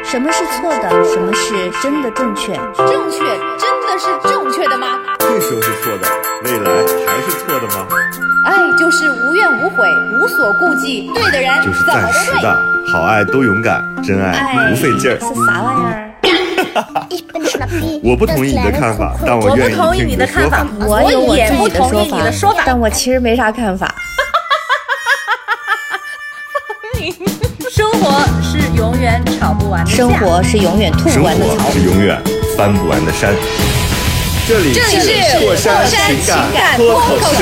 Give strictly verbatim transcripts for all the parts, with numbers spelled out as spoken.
什么是错的？什么是真的正确？ 正确真的是正确的吗？ 这时候是错的，未来还是错的吗？ 爱就是无怨无悔，无所顾忌，对的人就是暂时的，好爱都勇敢，真爱不费劲儿。 是啥玩意儿？ 我不同意你的看法，但我愿意听你的说法。 我有我也不自己同意你的说法， 但我其实没啥看法。 生活是永远吵不完的架， 生活是永远吐不完的槽， 生活是永远翻不完的山。这里是过山情感脱口秀。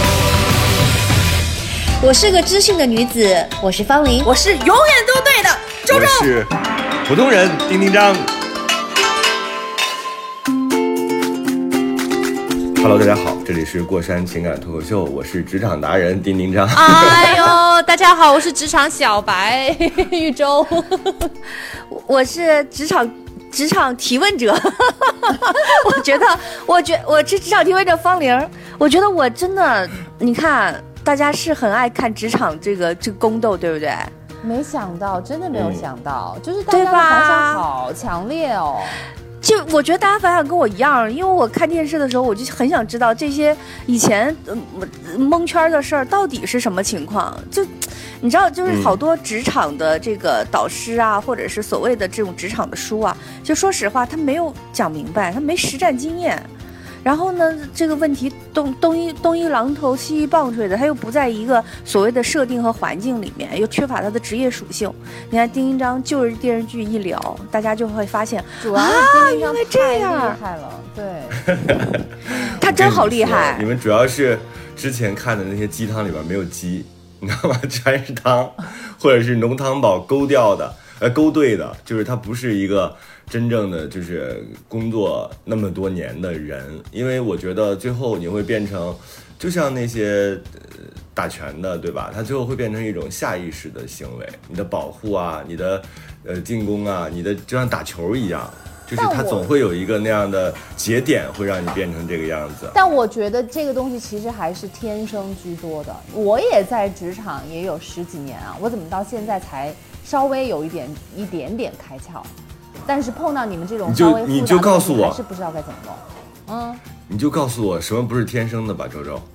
我是个知性的女子，我是方琳， 我是永远都对的周周， 我是普通人丁丁张。Hello， 大家好，这里是过山情感脱口秀，我是职场达人丁丁张。 哎呦，大家好，我是职场小白玉州， 我是职场职场提问者。我觉得，我觉我是职场提问者方玲。我觉得我真的，你看，大家是很爱看职场这个这个宫斗，对不对？ 没想到，真的没有想到，嗯、就是大家的反响好强烈哦。 就我觉得大家反响跟我一样，因为我看电视的时候，我就很想知道这些以前、呃、蒙圈的事儿到底是什么情况。就你知道，就是好多职场的这个导师啊，嗯、或者是所谓的这种职场的书啊，就说实话，他没有讲明白，他没实战经验。然后呢，这个问题东东一东一榔头西一棒槌的，他又不在一个所谓的设定和环境里面，又缺乏他的职业属性。你看丁丁张就是电视剧一聊，大家就会发现， 主要是丁丁张太厉害了，对， 他真好厉害。 你们主要是之前看的那些鸡汤里边没有鸡，你知道吗？全是汤，或者是浓汤宝勾掉的，呃，勾兑的，就是它不是一个真正的就是工作那么多年的人。因为我觉得最后你会变成就像那些、呃、打拳的，对吧？它最后会变成一种下意识的行为，你的保护啊，你的呃进攻啊，你的就像打球一样，就是它总会有一个那样的节点会让你变成这个样子。 但我觉得这个东西其实还是天生居多的。我也在职场也有十几年啊，我怎么到现在才稍微有一点一点点开窍？但是碰到你们这种稍微复杂的， 你就告诉我， 还是不知道该怎么弄。嗯， 你就告诉我什么不是天生的吧，周周。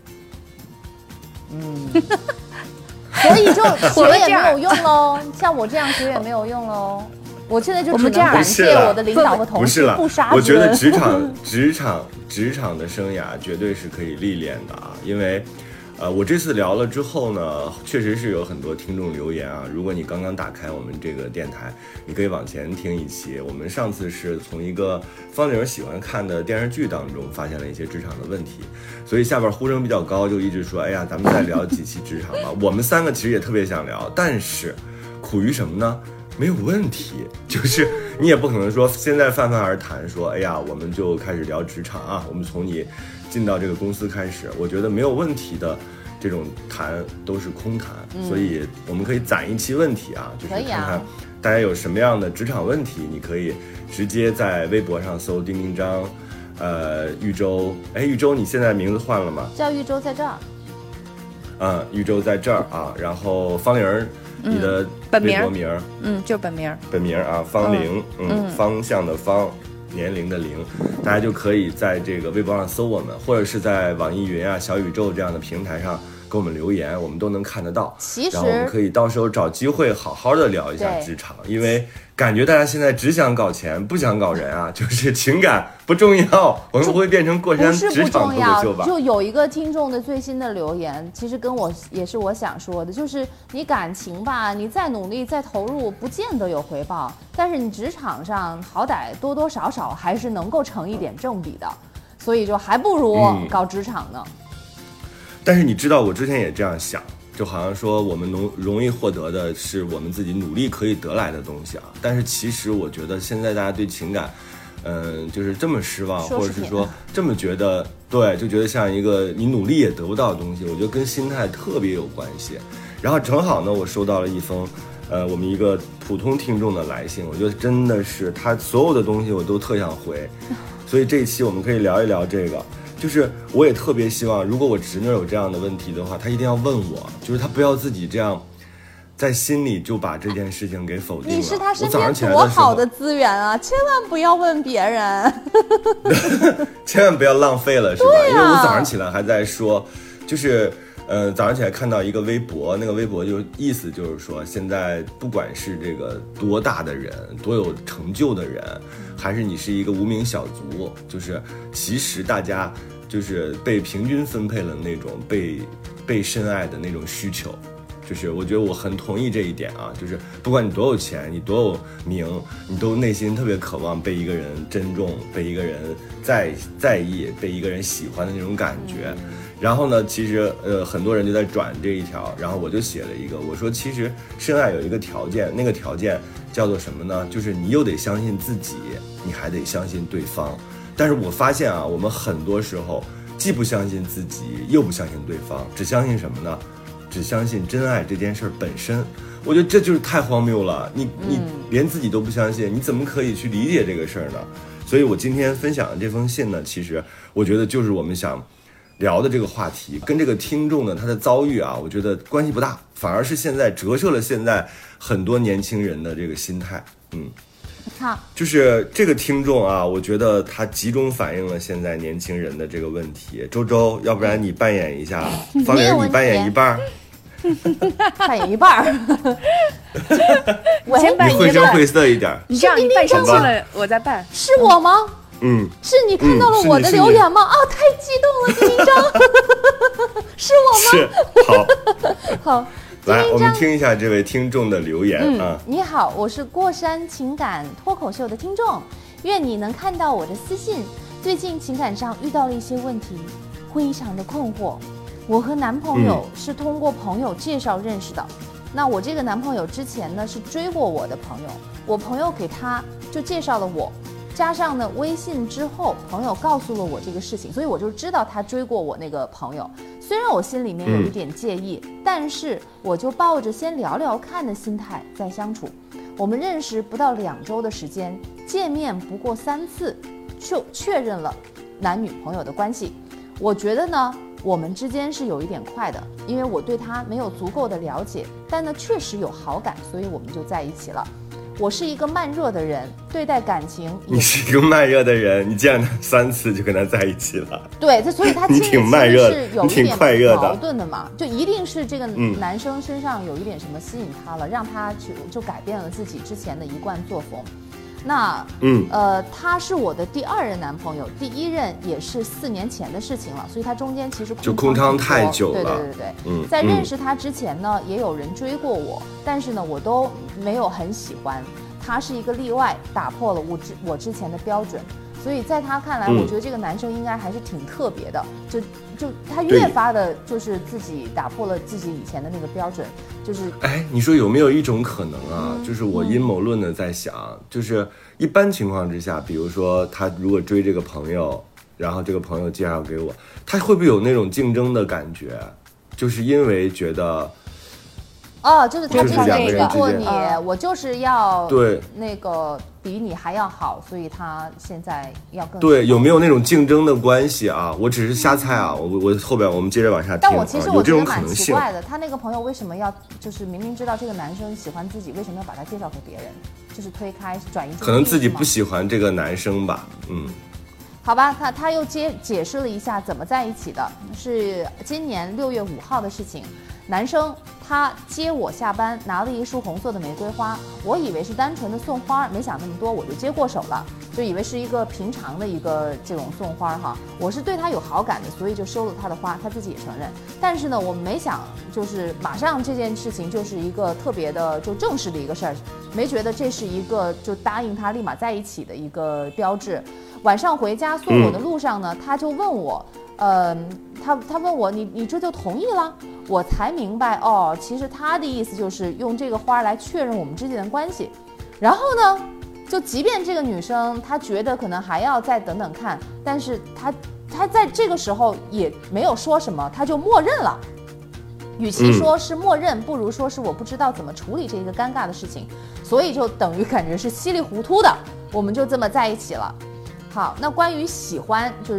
嗯，所以就学也没有用喽。像我这样学也没有用喽。我现在就只能感谢我的领导和同事不杀之恩。 我觉得职场职场职场的生涯绝对是可以历练的啊，因为。呃，我这次聊了之后呢，确实是有很多听众留言啊。如果你刚刚打开我们这个电台，你可以往前听一期。我们上次是从一个方玲喜欢看的电视剧当中发现了一些职场的问题，所以下边呼声比较高，就一直说，哎呀，咱们再聊几期职场吧。我们三个其实也特别想聊，但是苦于什么呢？没有问题，就是你也不可能说现在泛泛而谈说，哎呀，我们就开始聊职场啊，我们从你进到这个公司开始，我觉得没有问题的这种谈都是空谈、嗯、所以我们可以攒一期问题啊，就是看看大家有什么样的职场问题，你可以直接在微博上搜丁丁张呃玉州。哎，玉州你现在名字换了吗？ 叫玉州在这儿。 嗯，玉州在这儿啊，然后方玲儿你的微博名， 嗯，就本名， 本名啊，方玲，嗯，嗯方向的方，年龄的龄，大家就可以在这个微博上搜我们，或者是在网易云啊、小宇宙这样的平台上给我们留言，我们都能看得到。 其实， 然后我们可以到时候找机会好好的聊一下职场，因为感觉大家现在只想搞钱，不想搞人啊，就是情感不重要，我们不会变成过山职场脱口秀吧？ 就有一个听众的最新的留言，其实跟我也是我想说的，就是你感情吧，你再努力再投入，不见得有回报，但是你职场上好歹多多少少还是能够成一点正比的，所以就还不如搞职场呢。嗯、 但是你知道，我之前也这样想。就好像说我们容容易获得的是我们自己努力可以得来的东西啊，但是其实我觉得现在大家对情感，嗯、呃，就是这么失望，或者是说这么觉得，对，就觉得像一个你努力也得不到的东西，我觉得跟心态特别有关系。然后正好呢，我收到了一封，呃，我们一个普通听众的来信，我觉得真的是他所有的东西我都特想回，所以这一期我们可以聊一聊这个。就是我也特别希望，如果我侄女有这样的问题的话，她一定要问我，就是她不要自己这样在心里就把这件事情给否定了。 你是他身边我早上起来多好的资源啊，千万不要问别人， 千万不要浪费了，是吧？ 啊、 因为我早上起来还在说，就是。呃，早上起来看到一个微博，那个微博就意思就是说，现在不管是这个多大的人，多有成就的人，还是你是一个无名小卒，就是其实大家就是被平均分配了那种被被深爱的那种需求。就是我觉得我很同意这一点啊，就是不管你多有钱，你多有名，你都内心特别渴望被一个人珍重，被一个人在在意，被一个人喜欢的那种感觉。然后呢，其实呃很多人就在转这一条，然后我就写了一个，我说其实深爱有一个条件，那个条件叫做什么呢？就是你又得相信自己，你还得相信对方。但是我发现啊，我们很多时候既不相信自己，又不相信对方，只相信什么呢？只相信真爱这件事本身。我觉得这就是太荒谬了，你你连自己都不相信，你怎么可以去理解这个事儿呢？所以我今天分享的这封信呢，其实我觉得就是我们想聊的这个话题，跟这个听众呢他的遭遇啊，我觉得关系不大，反而是现在折射了现在很多年轻人的这个心态。嗯， 好， 就是这个听众啊，我觉得他集中反映了现在年轻人的这个问题。周周，要不然你扮演一下，方圆你扮演一半。 扮演一半儿， 我先扮演一半， 你绘声绘色一点。 你这样，你扮上去了，我再扮。 是我吗？ 嗯， 是你看到了我的留言吗？啊、嗯哦，太激动了，金章，是我吗？ 是，好， 好， 来，我们听一下这位听众的留言、嗯、啊。 你好，我是过山情感脱口秀的听众，愿你能看到我的私信。最近情感上遇到了一些问题，非常的困惑。我和男朋友是通过朋友介绍认识的、嗯、那我这个男朋友之前呢是追过我的朋友，我朋友给他就介绍了我，加上呢微信之后朋友告诉了我这个事情，所以我就知道他追过我那个朋友。虽然我心里面有一点介意、嗯、但是我就抱着先聊聊看的心态在相处。我们认识不到两周的时间，见面不过三次就确认了男女朋友的关系。我觉得呢我们之间是有一点快的，因为我对他没有足够的了解，但呢确实有好感，所以我们就在一起了。我是一个慢热的人，对待感情你是一个慢热的人，你见了他三次就跟他在一起了。 对，所以他其实挺慢热的， 是有一点快热的矛盾的嘛，就一定是这个男生身上有一点什么吸引他了、嗯、让他去就改变了自己之前的一贯作风。那嗯呃，他是我的第二任男朋友，第一任也是四年前的事情了，所以他中间其实就空窗太久了。 对对对对，嗯，在认识他之前呢，也有人追过我，但是呢，我都没有很喜欢。他是一个例外，打破了我之我之前的标准，所以在他看来，我觉得这个男生应该还是挺特别的，就就他越发的就是自己打破了自己以前的那个标准。就是哎，你说有没有一种可能啊？嗯、就是我阴谋论的在想、嗯，就是一般情况之下，比如说他如果追这个朋友，然后这个朋友介绍给我，他会不会有那种竞争的感觉？就是因为觉得， 哦，就是他之前追过你， 嗯、 我就是要对那个比你还要好，所以他现在要更对，有没有那种竞争的关系啊？我只是瞎猜啊，我我后边我们接着往下听。 但我其实我觉得蛮奇怪的，他那个朋友为什么要就是明明知道这个男生喜欢自己，为什么要把他介绍给别人？就是推开转移。 可能自己不喜欢这个男生吧，嗯。 好吧，他他又解解释了一下怎么在一起的，是今年六月五号的事情。男生他接我下班，拿了一束红色的玫瑰花，我以为是单纯的送花，没想那么多，我就接过手了，就以为是一个平常的一个这种送花哈。我是对他有好感的，所以就收了他的花，他自己也承认。但是呢，我没想就是马上这件事情就是一个特别的就正式的一个事儿，没觉得这是一个就答应他立马在一起的一个标志。晚上回家送我的路上呢，他就问我，呃，他他问我你你这就同意了？我才明白哦，其实他的意思就是用这个花来确认我们之间的关系。然后呢，就即便这个女生她觉得可能还要再等等看，但是她她在这个时候也没有说什么，她就默认了。与其说是默认，不如说是我不知道怎么处理这个尴尬的事情，所以就等于感觉是稀里糊涂的，我们就这么在一起了。好，那关于喜欢，就是他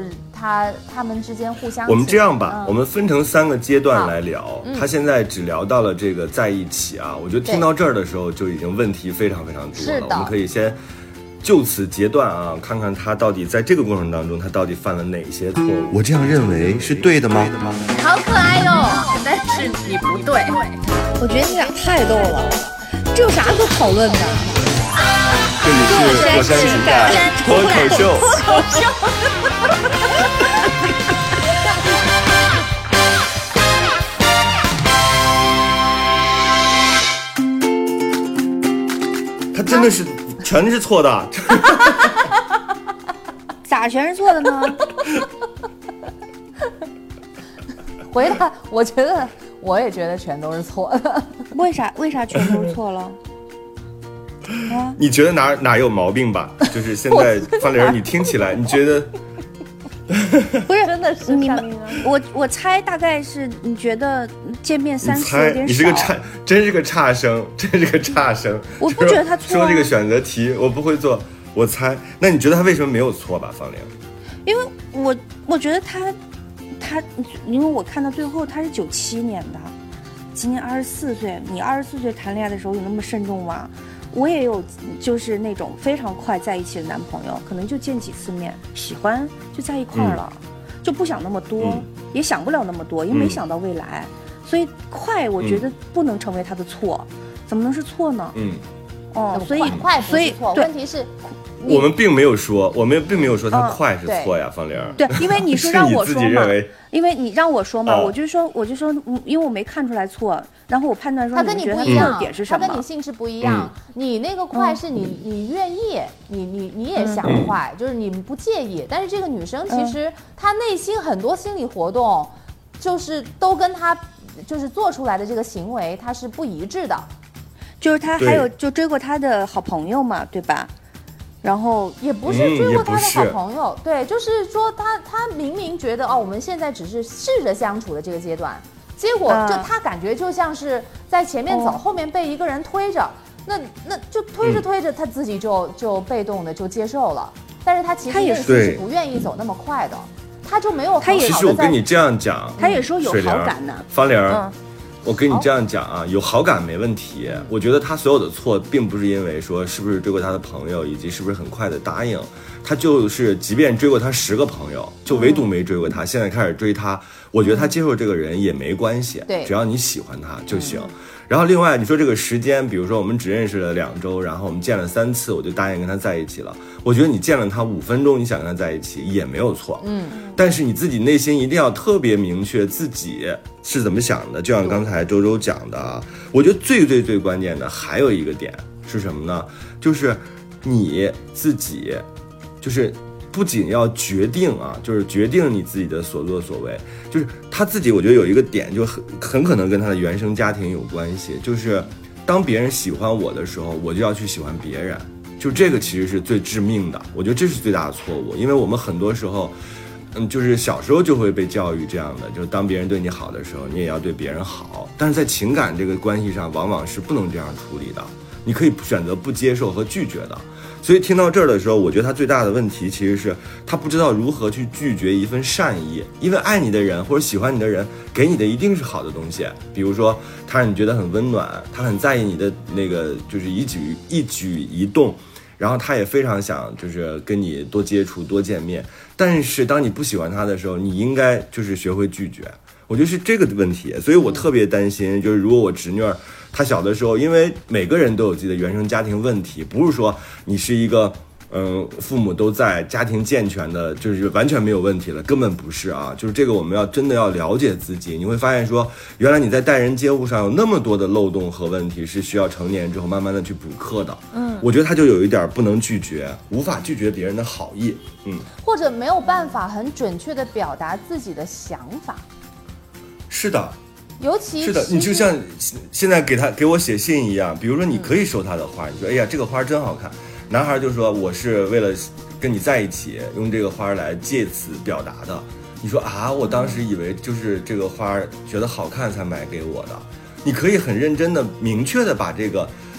他他们之间互相。 我们这样吧， 嗯、 我们分成三个阶段来聊。嗯、他现在只聊到了这个在一起啊，我觉得听到这儿的时候就已经问题非常非常多了。我们可以先就此截断啊，看看他到底在这个过程当中他到底犯了哪些错误。我这样认为是对的吗？ 好可爱哟，但是你不对。 我觉得你俩太逗了，这有啥可讨论的？ 这里是过山情感脱口秀。脱口秀。他真的是全是错的。 咋全是错的呢？ 回答，我觉得我也觉得全都是错的。 为啥？为啥全都是错了？ 啊、你觉得哪哪有毛病吧？就是现在方玲，你听起来，你觉得不是真的是你们？我我猜大概是你觉得见面三次有点少。 你是个差，真是个差生，真是个差生。 我不觉得他错、啊。 说这个选择题我不会做，我猜。那你觉得他为什么没有错吧，方玲？ 因为我我觉得他他，因为我看到最后他是九七年的，今年二十四岁。你二十四岁谈恋爱的时候有那么慎重吗？我也有，就是那种非常快在一起的男朋友，可能就见几次面，喜欢就在一块儿了、嗯，就不想那么多、嗯，也想不了那么多，也没想到未来，嗯、所以快，我觉得不能成为他的错，嗯、怎么能是错呢？ 嗯， 哦，所以快不是错，问题是。 我们并没有说，我们并没有说他快是错呀，嗯、方玲。 对，因为你说让我说嘛，因为你让我说嘛， 哦、 我就说，我就说，因为我没看出来错，然后我判断说他跟你不一样， 点是什么？ 他跟你性质不一样，嗯、你那个快是你、嗯、你愿意，你你你也想快、嗯，就是你不介意，但是这个女生其实、嗯、她内心很多心理活动，就是都跟她就是做出来的这个行为，她是不一致的。 就是她还有就追过她的好朋友嘛，对吧？然后也不是追过他的好朋友、嗯，对，就是说他他明明觉得哦，我们现在只是试着相处的这个阶段，结果就他感觉就像是在前面走，嗯、后面被一个人推着，那那就推着推着，他自己就就被动的就接受了，但是他其实内心是不愿意走那么快的，他就没有很好的在。 其实我跟你这样讲， 他也说有好感的， 方玲。嗯我跟你这样讲啊，有好感没问题。我觉得他所有的错，并不是因为说是不是追过他的朋友，以及是不是很快的答应。他就是即便追过他十个朋友，就唯独没追过他，嗯、现在开始追他，我觉得他接受这个人也没关系， 对， 只要你喜欢他就行。嗯、然后另外你说这个时间，比如说我们只认识了两周，然后我们见了三次，我就答应跟他在一起了。我觉得你见了他五分钟，你想跟他在一起也没有错，嗯，但是你自己内心一定要特别明确自己是怎么想的。就像刚才周周讲的啊，我觉得最最最关键的还有一个点是什么呢？就是你自己。就是不仅要决定啊，就是决定你自己的所作所为，就是他自己，我觉得有一个点就很很可能跟他的原生家庭有关系，就是当别人喜欢我的时候，我就要去喜欢别人，就这个其实是最致命的，我觉得这是最大的错误，因为我们很多时候，嗯，就是小时候就会被教育这样的，就是当别人对你好的时候，你也要对别人好，但是在情感这个关系上，往往是不能这样处理的，你可以选择不接受和拒绝的。所以听到这儿的时候，我觉得他最大的问题其实是他不知道如何去拒绝一份善意，因为爱你的人或者喜欢你的人给你的一定是好的东西，比如说他让你觉得很温暖，他很在意你的那个就是一举一举一动，然后他也非常想就是跟你多接触多见面，但是当你不喜欢他的时候，你应该就是学会拒绝，我觉得是这个问题。所以我特别担心，就是如果我侄女儿她小的时候，因为每个人都有自己的原生家庭问题，不是说你是一个嗯父母都在家庭健全的就是完全没有问题了，根本不是啊，就是这个我们要真的要了解自己，你会发现说原来你在待人接物上有那么多的漏洞和问题是需要成年之后慢慢的去补课的。嗯，我觉得他就有一点不能拒绝，无法拒绝别人的好意，嗯， 或者没有办法很准确的表达自己的想法。 是的， 尤其是的，你就像现在给他给我写信一样，比如说你可以收他的花，嗯、你说哎呀这个花真好看，男孩就说我是为了跟你在一起，用这个花来借此表达的。你说啊，我当时以为就是这个花觉得好看才买给我的。你可以很认真的、明确的把这个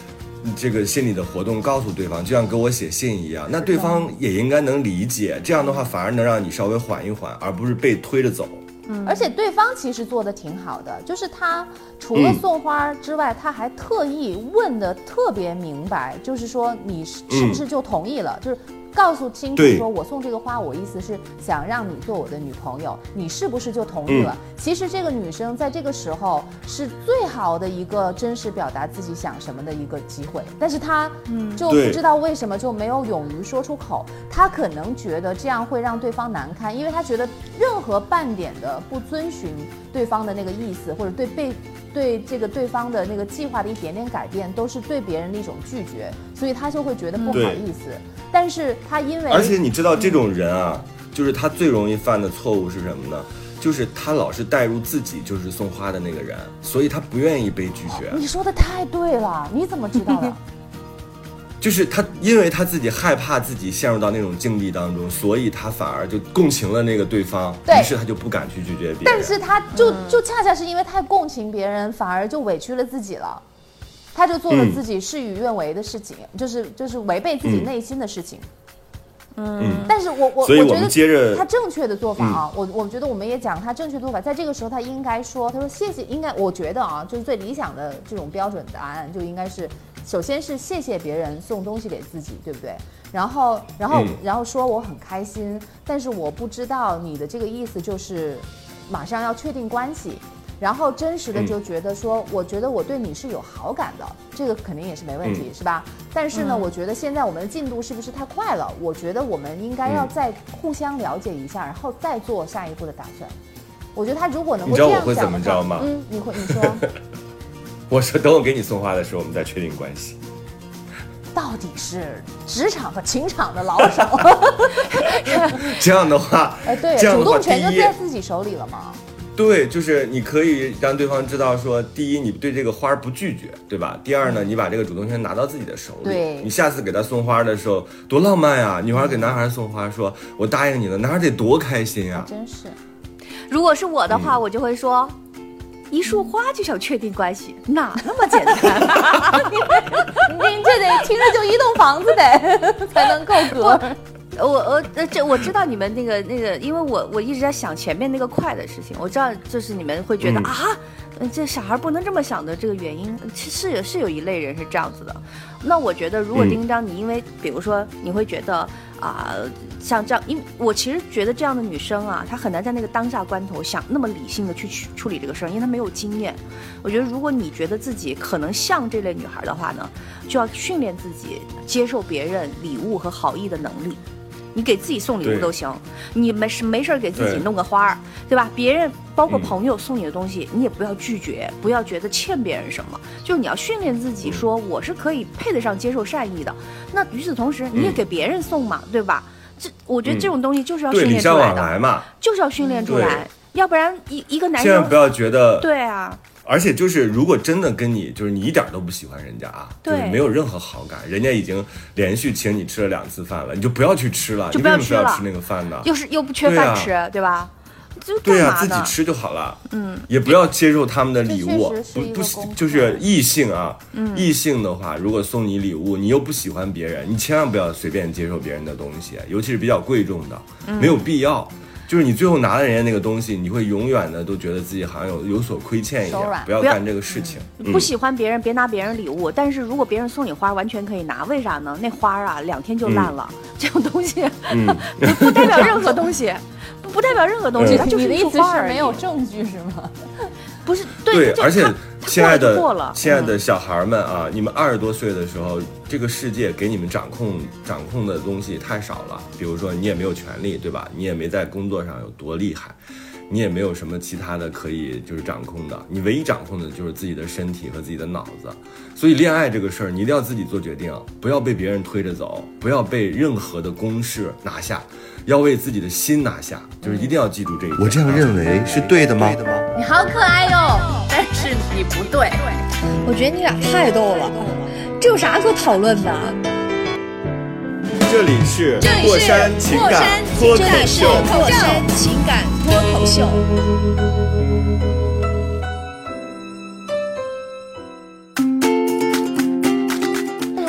这个心理的活动告诉对方，就像给我写信一样，那对方也应该能理解，这样的话反而能让你稍微缓一缓，而不是被推着走。 嗯，而且对方其实做的挺好的，就是他除了送花之外，嗯、他还特意问的特别明白，就是说你是不是就同意了，嗯、就是告诉清楚说，我送这个花，我意思是想让你做我的女朋友，你是不是就同意了？嗯、其实这个女生在这个时候是最好的一个真实表达自己想什么的一个机会，但是她就不知道为什么就没有勇于说出口，她可能觉得这样会让对方难堪，因为她觉得任何半点的不遵循对方的那个意思，或者对被对这个对方的那个计划的一点点改变，都是对别人的一种拒绝，所以她就会觉得不好意思。但是她因为， 而且你知道这种人啊，嗯、就是他最容易犯的错误是什么呢？就是他老是带入自己就是送花的那个人，所以他不愿意被拒绝。 你说的太对了，你怎么知道的？ 就是他，因为他自己害怕自己陷入到那种境地当中，所以他反而就共情了那个对方，于是他就不敢去拒绝别人。 但是他就就恰恰是因为太共情别人，反而就委屈了自己了，他就做了自己事与愿违的事情，嗯、就是就是违背自己内心的事情。嗯，嗯但是我我所以我们接着他正确的做法啊，嗯、我我觉得我们也讲他正确的做法，在这个时候他应该说，他说谢谢，应该我觉得啊，就是最理想的这种标准答案就应该是。首先是谢谢别人送东西给自己，对不对？然后，然后，嗯、然后说我很开心，但是我不知道你的这个意思就是马上要确定关系，然后真实的就觉得说，嗯、我觉得我对你是有好感的，这个肯定也是没问题，嗯、是吧？但是呢，嗯、我觉得现在我们的进度是不是太快了？我觉得我们应该要再互相了解一下，然后再做下一步的打算。我觉得他如果能够这样讲的话， 你知道我会怎么着吗？ 嗯，你会你说。 我说等我给你送花的时候，我们再确定关系。 到底是职场和情场的老手。 这样的话， 哎，对，主动权就在自己手里了嘛。 对，就是你可以让对方知道说，第一，你对这个花不拒绝，对吧？第二呢，你把这个主动权拿到自己的手里。 对， 你下次给他送花的时候，多浪漫呀！女孩给男孩送花，说我答应你了，男孩得多开心呀！ 真是。 如果是我的话，嗯、我就会说。一束花就想确定关系，哪那么简单？ 你这得听着就一栋房子得才能够格。 我我这我知道你们那个那个，因为我我一直在想前面那个快的事情，我知道就是你们会觉得、嗯、啊，这小孩不能这么想的这个原因，其实也是有一类人是这样子的。那我觉得，如果叮当你因为比如说你会觉得啊、呃，像这样，因为我其实觉得这样的女生啊，她很难在那个当下关头想那么理性的去处理这个事儿，因为她没有经验。我觉得如果你觉得自己可能像这类女孩的话呢，就要训练自己接受别人礼物和好意的能力。你给自己送礼物都行，你没事没事给自己弄个花儿， 对, 对吧？别人包括朋友送你的东西，嗯、你也不要拒绝，不要觉得欠别人什么，就是你要训练自己说我是可以配得上接受善意的。那与此同时，你也给别人送嘛，嗯、对吧？这我觉得这种东西就是要训练出来的， 对，礼尚往来嘛， 就是要训练出来，要不然一一个男生千万不要觉得对啊。 而且就是，如果真的跟你就是你一点都不喜欢人家啊，就是没有任何好感，人家已经连续请你吃了两次饭了，你就不要去吃了， 就不要吃了， 你为什么不要吃那个饭呢？ 又是又不缺饭吃， 对,、啊、对吧？就对呀、啊，自己吃就好了。嗯，也不要接受他们的礼物，不不就是异性啊，嗯、异性的话，如果送你礼物，你又不喜欢别人，你千万不要随便接受别人的东西，尤其是比较贵重的，嗯、没有必要。就是你最后拿了人家那个东西，你会永远的都觉得自己好像有有所亏欠一样，不要干这个事情。 嗯、不喜欢别人，别拿别人礼物。但是如果别人送你花，完全可以拿。为啥呢？那花啊，两天就烂了。嗯、这种东西，嗯、不, 不代表任何东西，不, 不代表任何东西。嗯、它就是一束花而已。 没有证据是吗？ 不是，对， 对而且。亲爱的，亲爱的小孩们啊，你们二十多岁的时候，这个世界给你们掌控掌控的东西太少了。比如说，你也没有权利，对吧？你也没在工作上有多厉害，你也没有什么其他的可以就是掌控的。你唯一掌控的就是自己的身体和自己的脑子。所以，恋爱这个事儿，你一定要自己做决定，不要被别人推着走，不要被任何的公式拿下，要为自己的心拿下。就是一定要记住这一点。 我这样认为是对的吗？对的吗？ 你好可爱哟，但是你不对。 我觉得你俩太逗了，这有啥可讨论的？ 这里是过山情感脱口秀， 过山情感脱口秀。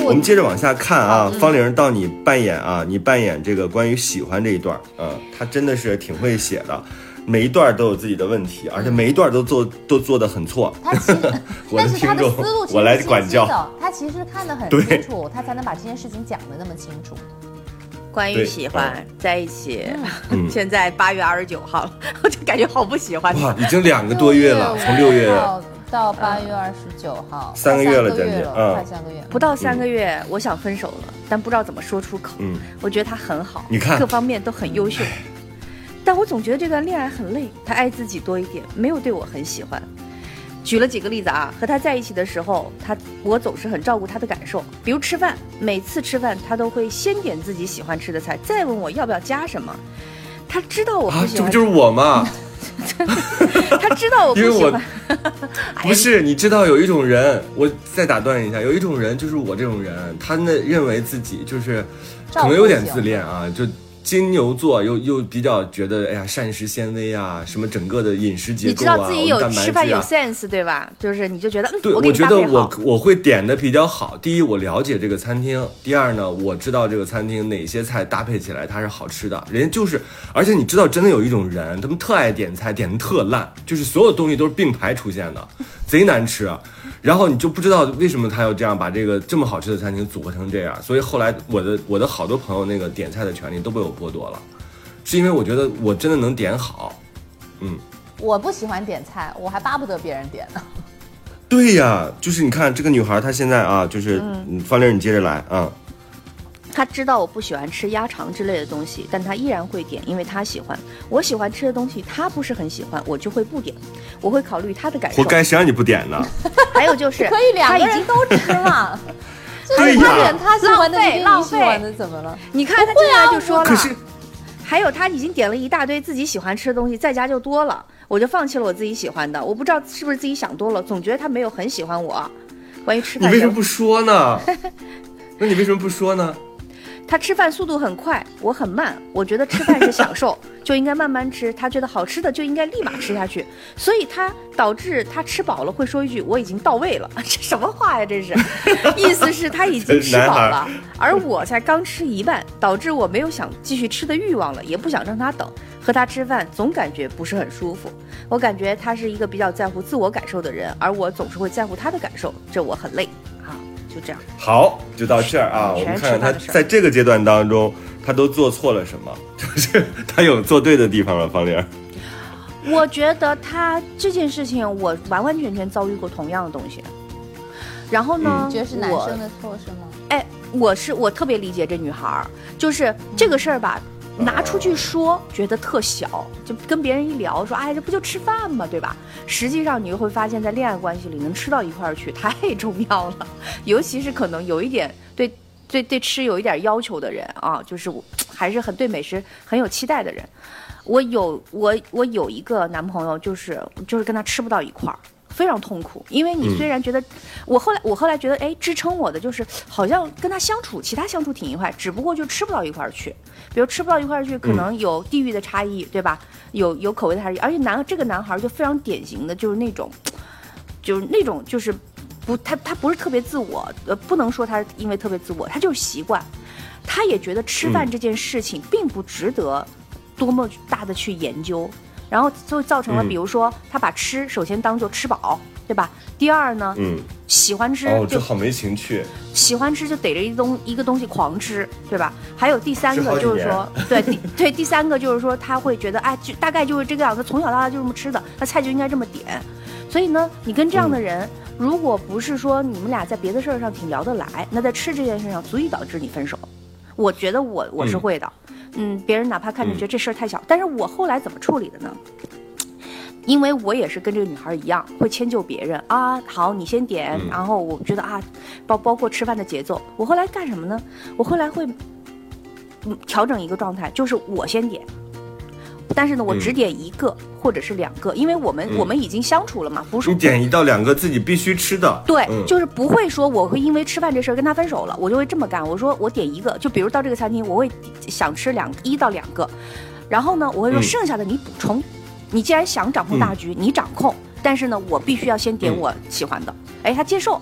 我们接着往下看啊，嗯、方玲到你扮演啊，你扮演这个关于喜欢这一段，嗯，他真的是挺会写的。每一段都有自己的问题，而且每一段都做都做得很错。 他其实，但是他的思路我来管教。 他其实看得很清楚，他才能把这件事情讲得那么清楚。 关于喜欢在一起，嗯、现在八月二十九号了，我就感觉好不喜欢。 哇，已经两个多月了，从六月到八月二十九号， 三个月了，将近， 嗯，快三个月， 不到三个月，我想分手了，但不知道怎么说出口。嗯，我觉得他很好， 你看各方面都很优秀。但我总觉得这段恋爱很累，他爱自己多一点，没有对我很喜欢。举了几个例子啊，和他在一起的时候，他我总是很照顾他的感受，比如吃饭，每次吃饭他都会先点自己喜欢吃的菜，再问我要不要加什么。他知道我不喜欢、 啊，这不就是我吗？ 他知道我不喜欢。 不是，你知道有一种人，我再打断一下，有一种人就是我这种人，他那认为自己就是可能有点自恋啊，就。金牛座又又比较觉得，哎呀，膳食纤维啊，什么整个的饮食结构啊， 你知道自己有蛋白质啊， 吃饭有 sense 对吧？就是你就觉得，嗯， 对， 我, 我觉得我我会点的比较好。第一，我了解这个餐厅；第二呢，我知道这个餐厅哪些菜搭配起来它是好吃的。人家就是，而且你知道，真的有一种人，他们特爱点菜，点的特烂，就是所有东西都是并排出现的，贼难吃。然后你就不知道为什么他要这样把这个这么好吃的餐厅组合成这样。所以后来我的我的好多朋友那个点菜的权利都被我剥夺了。是因为我觉得我真的能点好，嗯， 我不喜欢点菜，我还巴不得别人点呢。 对呀，就是你看这个女孩，她现在啊，就是嗯，方玲，你接着来啊。 她知道我不喜欢吃鸭肠之类的东西，但她依然会点，因为她喜欢。我喜欢吃的东西，她不是很喜欢，我就会不点，我会考虑她的感受。 活该，谁让你不点呢？ 还有就是可以两个人都吃嘛。 对呀，他点他喜欢的，你点你喜欢的，怎么了？ 你看他进来就说了。 可是。 还有他已经点了一大堆自己喜欢吃的东西，在家就多了，我就放弃了我自己喜欢的。我不知道是不是自己想多了，总觉得他没有很喜欢我。关于吃饭， 你为什么不说呢？那你为什么不说呢？ 他吃饭速度很快，我很慢。我觉得吃饭是享受，就应该慢慢吃。他觉得好吃的就应该立马吃下去，所以他导致他吃饱了会说一句“我已经到位了”，这什么话呀？这是，意思是他已经吃饱了，而我才刚吃一半，导致我没有想继续吃的欲望了，也不想让他等。和他吃饭总感觉不是很舒服，我感觉他是一个比较在乎自我感受的人，而我总是会在乎他的感受，这我很累啊。就这样， 好，就到这儿啊。我们看看他在这个阶段当中，他都做错了什么？就是他有做对的地方吗？方玲， 我觉得他这件事情，我完完全全遭遇过同样的东西。然后呢， 你觉得是男生的错是吗？ 哎，我是我特别理解这女孩，就是这个事儿吧。拿出去说觉得特小，就跟别人一聊说，哎，这不就吃饭吗，对吧？实际上你就会发现在恋爱关系里能吃到一块儿去太重要了，尤其是可能有一点对对对吃有一点要求的人啊，就是还是很对美食很有期待的人。我有我我有一个男朋友，就是就是跟他吃不到一块儿。非常痛苦，因为你虽然觉得，嗯、我后来我后来觉得，哎，支撑我的就是好像跟他相处，其他相处挺愉快，只不过就吃不到一块儿去。比如吃不到一块儿去，可能有地域的差异，嗯、对吧？有有口味的差异，而且男这个男孩就非常典型的，就是那种，就是那种就是不，他他不是特别自我，呃，不能说他因为特别自我，他就是习惯，他也觉得吃饭这件事情并不值得多么大的去研究。然后就造成了，比如说他把吃首先当做吃饱，对吧？第二呢，嗯，喜欢吃哦，这好没情趣。 喜欢吃就逮着一东一个东西狂吃，对吧？还有第三个就是说，对第对第三个就是说他会觉得，哎，就大概就是这个样子，从小到大就这么吃的，那菜就应该这么点。所以呢，你跟这样的人，嗯、如果不是说你们俩在别的事儿上挺聊得来，那在吃这件事上足以导致你分手。我觉得我我是会的。嗯嗯，别人哪怕看着觉得这事儿太小，嗯、但是我后来怎么处理的呢？因为我也是跟这个女孩一样，会迁就别人啊。好，你先点，嗯、然后我觉得啊，包包括吃饭的节奏，我后来干什么呢？我后来会嗯调整一个状态，就是我先点，但是呢，我只点一个、嗯、或者是两个，因为我们、嗯、我们已经相处了嘛，不是你点一到两个自己必须吃的， 对，嗯、就是不会说我会因为吃饭这事儿跟他分手了，我就会这么干。我说我点一个，就比如到这个餐厅，我会想吃两一到两个，然后呢，我会说剩下的你补充。嗯你既然想掌控大局，嗯、你掌控，但是呢，我必须要先点我喜欢的。哎，他接受，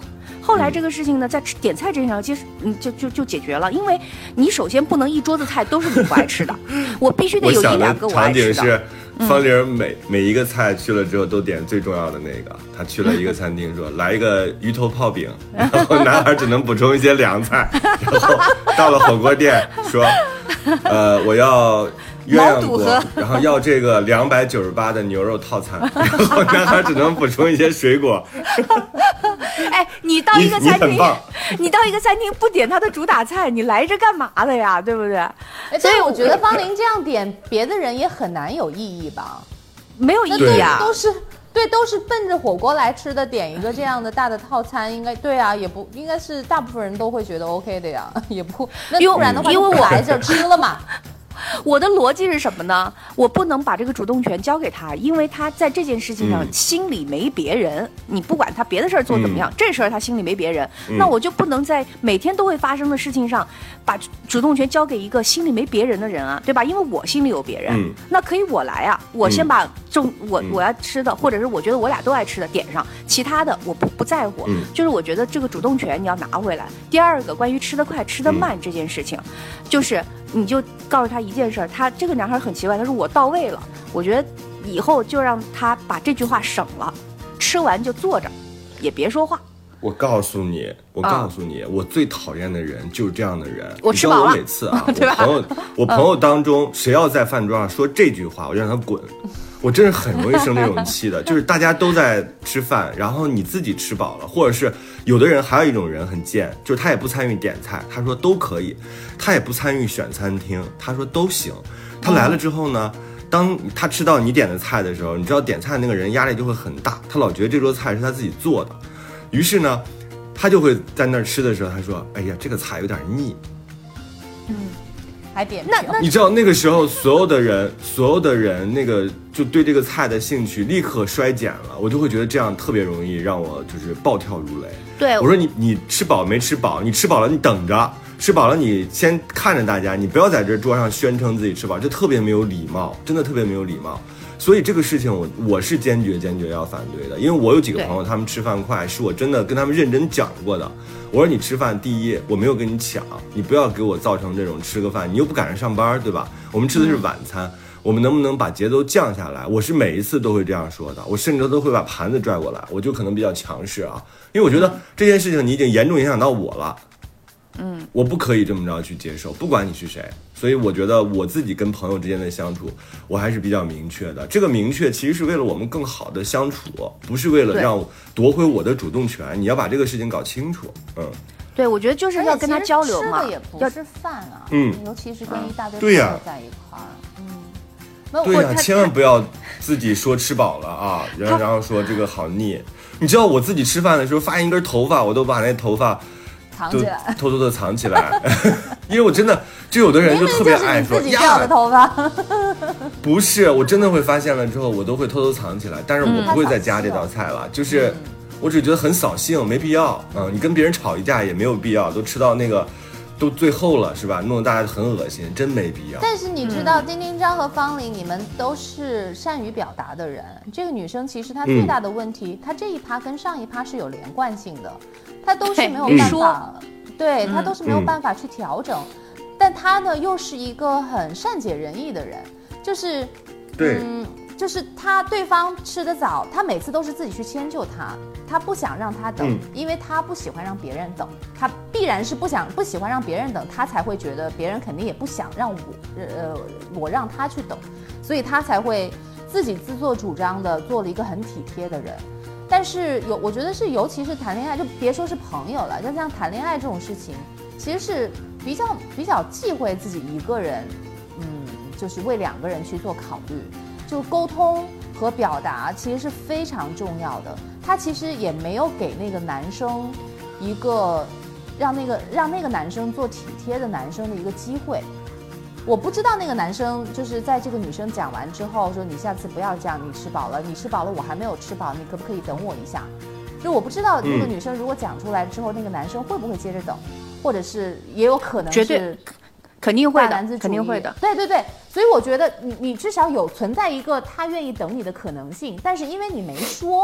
后来这个事情呢，在吃点菜这件事上，其实嗯就就就解决了，因为你首先不能一桌子菜都是你不爱吃的，我必须得有一两个我爱吃的。 场景是方玲每每一个菜去了之后都点最重要的那个。他去了一个餐厅说来一个鱼头泡饼，然后男孩只能补充一些凉菜，然后到了火锅店说，呃我要鸳鸯锅，然后要这个两百九十八的牛肉套餐，然后男孩只能补充一些水果。 哎，你到一个餐厅， 你, 你到一个餐厅不点他的主打菜，你来这干嘛的呀？对不对？ 所以我觉得方玲这样点别的人也很难有意义吧？ 没有意义啊， 都是对，都是奔着火锅来吃的，点一个这样的大的套餐，应该对啊，也不应该是大部分人都会觉得 OK 的呀，也不那不然的话，因为我来这儿吃了嘛。 我的逻辑是什么呢？我不能把这个主动权交给他，因为他在这件事情上心里没别人。嗯、你不管他别的事儿做怎么样，嗯、这事儿他心里没别人，嗯、那我就不能在每天都会发生的事情上把主动权交给一个心里没别人的人啊，对吧？因为我心里有别人，嗯、那可以我来啊，我先把重我我要吃的，或者是我觉得我俩都爱吃的点上，其他的我不不在乎。嗯、就是我觉得这个主动权你要拿回来。第二个，关于吃得快吃得慢这件事情，嗯、就是你就告诉他一件事儿，他这个男孩很奇怪，他说我到位了。我觉得以后就让他把这句话省了，吃完就坐着，也别说话。 我告诉你，我告诉你，啊、我最讨厌的人就是这样的人。 我吃饱了。 我每次啊，我朋友，我朋友当中，谁要在饭桌上说这句话，我就让他滚。我真是很容易生这种气的，就是大家都在吃饭，然后你自己吃饱了，或者是有的人还有一种人很贱，就是他也不参与点菜，他说都可以，他也不参与选餐厅，他说都行。他来了之后呢，当他吃到你点的菜的时候，你知道点菜那个人压力就会很大，他老觉得这桌菜是他自己做的，于是呢，他就会在那儿吃的时候，他说：“哎呀，这个菜有点腻。” 嗯。还点那那你知道那个时候所有的人所有的人那个就对这个菜的兴趣立刻衰减了，我就会觉得这样特别容易让我就是暴跳如雷。 对， 我说你你吃饱没吃饱？你吃饱了你等着，吃饱了你先看着大家，你不要在这桌上宣称自己吃饱，这特别没有礼貌，真的特别没有礼貌。所以这个事情我我是坚决坚决要反对的，因为我有几个朋友他们吃饭快，是我真的跟他们认真讲过的。我说你吃饭，第一我没有跟你抢，你不要给我造成这种吃个饭你又不赶上上班，对吧？我们吃的是晚餐，嗯、我们能不能把节奏降下来？我是每一次都会这样说的，我甚至都会把盘子拽过来，我就可能比较强势啊，因为我觉得这件事情你已经严重影响到我了。嗯，我不可以这么着去接受，不管你是谁。所以我觉得我自己跟朋友之间的相处，我还是比较明确的。这个明确其实是为了我们更好的相处，不是为了让我夺回我的主动权。你要把这个事情搞清楚。嗯， 对，我觉得就是要跟他交流嘛。 吃的也不是饭啊， 嗯， 尤其是跟一大堆朋友在一块儿， 嗯，对呀、啊，千万不要自己说吃饱了啊，然后然后说这个好腻。你知道我自己吃饭的时候发现一根头发，我都把那头发。 藏起来， 偷偷的藏起来，因为我真的就有的人就特别爱说呀，的头发， 不是，我真的会发现了之后，我都会偷偷藏起来，但是我不会再加这道菜了，嗯、就是我只觉得很扫兴，没必要。嗯，你跟别人吵一架也没有必要，都吃到那个都最后了是吧？弄得大家很恶心，真没必要。 但是你知道，丁丁章和方玲，你们都是善于表达的人。这个女生其实她最大的问题，嗯、她这一趴跟上一趴是有连贯性的。他都是没有办法，对他都是没有办法去调整，嗯、但他呢又是一个很善解人意的人，就是， 对， 嗯，就是他对方吃得早，他每次都是自己去迁就他，他不想让他等，嗯、因为他不喜欢让别人等，他必然是不想不喜欢让别人等，他才会觉得别人肯定也不想让我，呃，我让他去等，所以他才会自己自作主张的做了一个很体贴的人。但是有，我觉得是，尤其是谈恋爱，就别说是朋友了，就像谈恋爱这种事情，其实是比较比较忌讳自己一个人，嗯，就是为两个人去做考虑，就沟通和表达其实是非常重要的。他其实也没有给那个男生一个让那个让那个男生做体贴的男生的一个机会。我不知道那个男生就是在这个女生讲完之后说，你下次不要这样，你吃饱了，你吃饱了，我还没有吃饱，你可不可以等我一下？就我不知道那个女生如果讲出来之后，嗯、那个男生会不会接着等，或者是也有可能是绝对肯定会的，肯定会的。 对对对，所以我觉得你你至少有存在一个他愿意等你的可能性，但是因为你没说，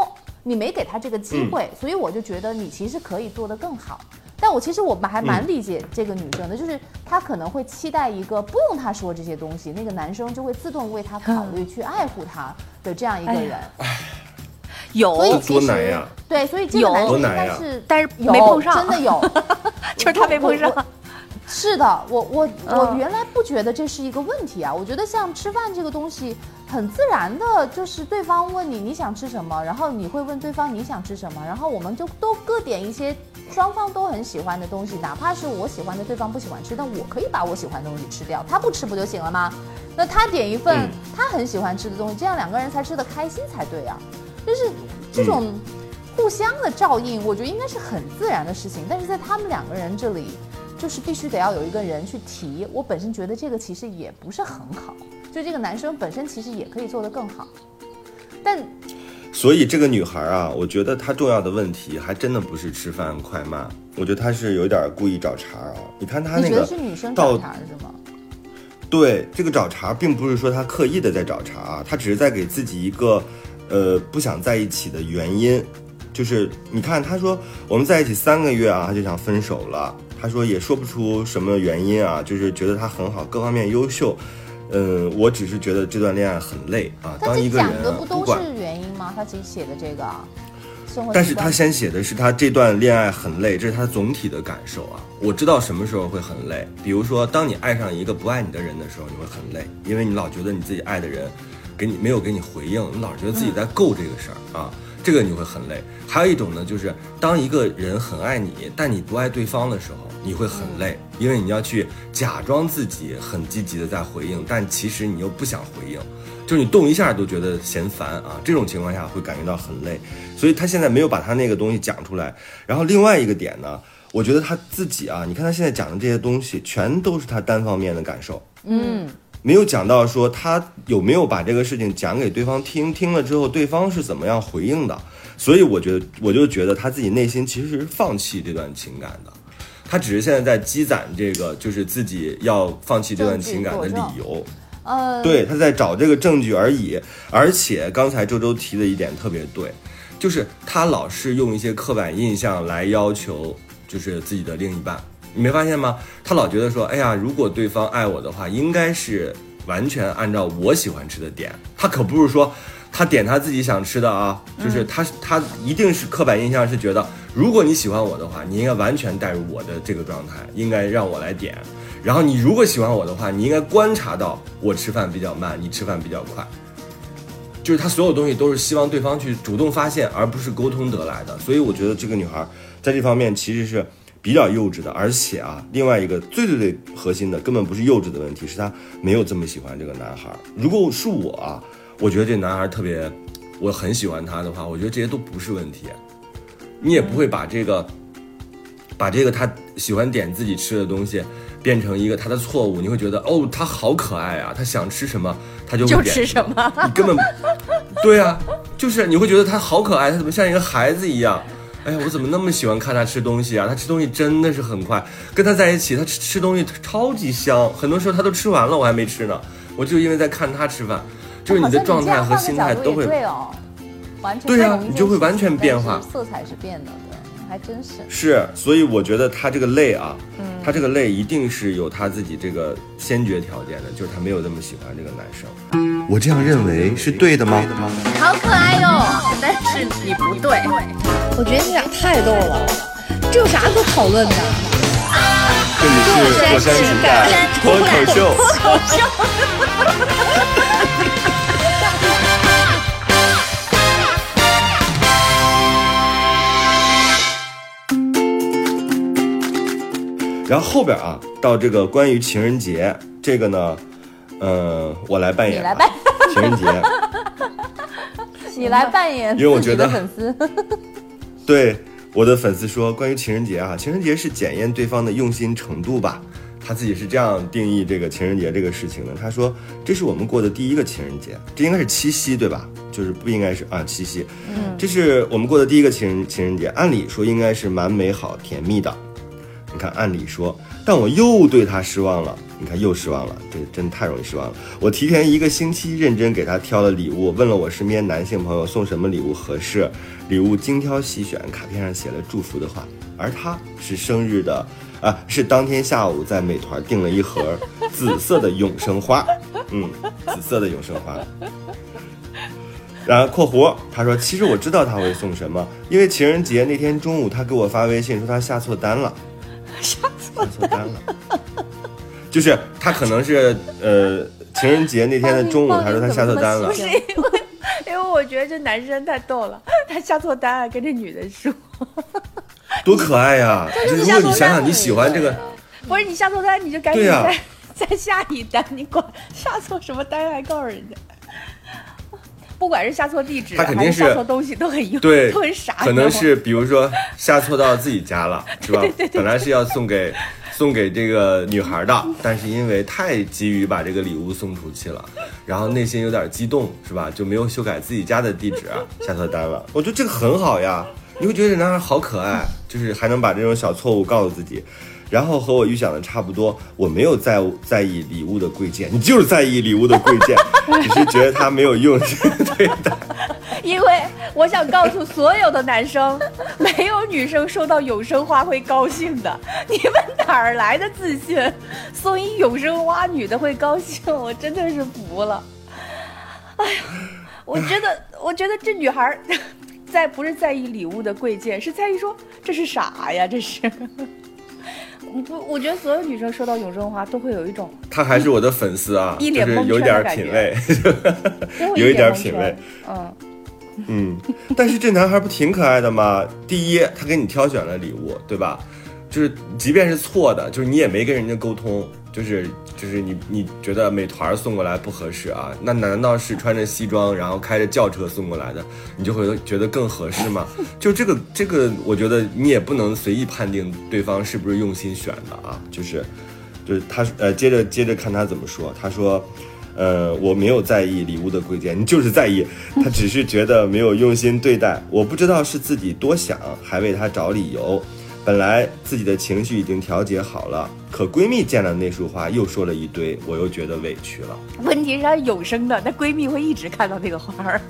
你没给他这个机会，嗯、所以我就觉得你其实可以做得更好。但我其实我们还蛮理解这个女生的，嗯、就是她可能会期待一个不用她说这些东西，那个男生就会自动为她考虑，去爱护她的这样一个人。 哎有， 所以其实多难呀！ 对，所以这个男生应该是， 但是没碰上， 真的有， 就是他没碰上。 是的，我我我原来不觉得这是一个问题啊，我觉得像吃饭这个东西，很自然的，就是对方问你你想吃什么，然后你会问对方你想吃什么，然后我们就都各点一些双方都很喜欢的东西，哪怕是我喜欢的对方不喜欢吃，但我可以把我喜欢的东西吃掉，他不吃不就行了吗？那他点一份他很喜欢吃的东西，这样两个人才吃得开心才对啊。就是这种互相的照应，我觉得应该是很自然的事情，但是在他们两个人这里，就是必须得要有一个人去提。我本身觉得这个其实也不是很好，就这个男生本身其实也可以做得更好，但所以这个女孩啊，我觉得她重要的问题还真的不是吃饭快慢，我觉得她是有点故意找茬啊。你看她那个， 你觉得是女生找茬是吗？ 对，这个找茬并不是说她刻意的在找茬啊，她只是在给自己一个。呃，不想在一起的原因，就是你看，他说我们在一起三个月啊，他就想分手了。他说也说不出什么原因啊，就是觉得他很好，各方面优秀。嗯，我只是觉得这段恋爱很累啊。当一个人啊， 他讲的不都是原因吗？他自己写的这个啊， 但是他先写的是他这段恋爱很累，这是他总体的感受啊。我知道什么时候会很累，比如说当你爱上一个不爱你的人的时候，你会很累，因为你老觉得你自己爱的人。给你没有给你回应，你老觉得自己在够这个事儿、嗯、啊，这个你会很累。还有一种呢，就是当一个人很爱你，但你不爱对方的时候，你会很累，嗯、因为你要去假装自己很积极的在回应，但其实你又不想回应，就是你动一下都觉得嫌烦啊。这种情况下会感觉到很累，所以他现在没有把他那个东西讲出来。然后另外一个点呢，我觉得他自己啊，你看他现在讲的这些东西，全都是他单方面的感受，嗯。没有讲到说他有没有把这个事情讲给对方听，听了之后对方是怎么样回应的，所以我觉得我就觉得他自己内心其实是放弃这段情感的，他只是现在在积攒这个就是自己要放弃这段情感的理由，呃，对，他在找这个证据而已。而且刚才周周提的一点特别对，就是他老是用一些刻板印象来要求就是自己的另一半。你没发现吗？他老觉得说，哎呀，如果对方爱我的话，应该是完全按照我喜欢吃的点。他可不是说他点他自己想吃的啊，就是他他一定是刻板印象，是觉得如果你喜欢我的话，你应该完全带入我的这个状态，应该让我来点。然后你如果喜欢我的话，你应该观察到我吃饭比较慢，你吃饭比较快。就是他所有东西都是希望对方去主动发现，而不是沟通得来的。所以我觉得这个女孩在这方面其实是比较幼稚的，而且啊，另外一个最最最核心的根本不是幼稚的问题，是他没有这么喜欢这个男孩。如果是我啊，我觉得这男孩特别，我很喜欢他的话，我觉得这些都不是问题。你也不会把这个，把这个他喜欢点自己吃的东西变成一个他的错误。你会觉得哦，他好可爱啊，他想吃什么他就会点就吃什么， 你根本对啊，就是你会觉得他好可爱，他怎么像一个孩子一样。哎呀，我怎么那么喜欢看他吃东西啊？他吃东西真的是很快，跟他在一起，他吃吃东西超级香，很多时候他都吃完了，我还没吃呢。我就因为在看他吃饭，就是你的状态和心态都会， 对哦，完全对啊，你就会完全变化， 色彩是变的，对，还真是是。所以我觉得他这个累啊，嗯、他这个累一定是有他自己这个先决条件的，就是他没有那么喜欢这个男生。 我这样认为是对的吗？ 好可爱哟，但是你不对。 我觉得你俩太逗了，这有啥可讨论的？ 这里是火山情感脱口秀。脱口秀。然后后边啊，到这个关于情人节这个呢，呃，我来扮演， 你来扮演情人节， 你来扮演， 因为我觉得粉丝， 对我的粉丝说，关于情人节啊，情人节是检验对方的用心程度吧。他自己是这样定义这个情人节这个事情的。他说，这是我们过的第一个情人节，这应该是七夕对吧？就是不应该是啊七夕，嗯，这是我们过的第一个情人情人节，按理说应该是蛮美好甜蜜的。你看，按理说， 但我又对他失望了。你看又失望了，这真太容易失望了。我提前一个星期认真给他挑了礼物，问了我身边男性朋友送什么礼物合适，礼物精挑细选，卡片上写了祝福的话，而他是生日的啊，是当天下午在美团订了一盒紫色的永生花，嗯，紫色的永生花。然后括弧他说，其实我知道他会送什么，因为情人节那天中午他给我发微信说他下错单了， 下错下错单了。就是他可能是呃情人节那天的中午，他说他下错单了。 不是因为，因为我觉得这男生太逗了，他下错单还跟这女的说， 多可爱呀！就如果你想想你喜欢这个， 不是你下错单你就赶紧对再、 啊、 再下一单，你管下错什么单还告诉人家。不管是下错地址， 他肯定是下错东西，都很对， 都很傻。 可能是比如说下错到自己家了，是吧？ 对对对对本来是要送给送给这个女孩的，但是因为太急于把这个礼物送出去了，然后内心有点激动，是吧？就没有修改自己家的地址，下错单了。我觉得这个很好呀，你会觉得这男孩好可爱，就是还能把这种小错误告诉自己。然后和我预想的差不多，我没有在在意礼物的贵贱，你就是在意礼物的贵贱，只是觉得他没有用心对待。 因为我想告诉所有的男生，没有女生收到永生花会高兴的。你们哪儿来的自信？送一永生花，女的会高兴？我真的是服了。哎呀，我觉得，我觉得这女孩在不是在意礼物的贵贱，是在意说这是啥呀？这是。不，我觉得所有女生收到永生花都会有一种， 他还是我的粉丝啊， 一脸就是有点品味，有一点品味， 嗯嗯。但是这男孩不挺可爱的吗？第一，他给你挑选了礼物，对吧？就是即便是错的，就是你也没跟人家沟通，就是就是你你觉得美团送过来不合适啊？那难道是穿着西装然后开着轿车送过来的，你就会觉得更合适吗？就这个这个，我觉得你也不能随意判定对方是不是用心选的啊。就是就是他呃，接着接着看他怎么说，他说。呃，我没有在意礼物的贵贱，你就是在意，他只是觉得没有用心对待。我不知道是自己多想，还为他找理由。本来自己的情绪已经调节好了，可闺蜜见了那束花又说了一堆，我又觉得委屈了。 问题是她永生的，那闺蜜会一直看到那个花儿。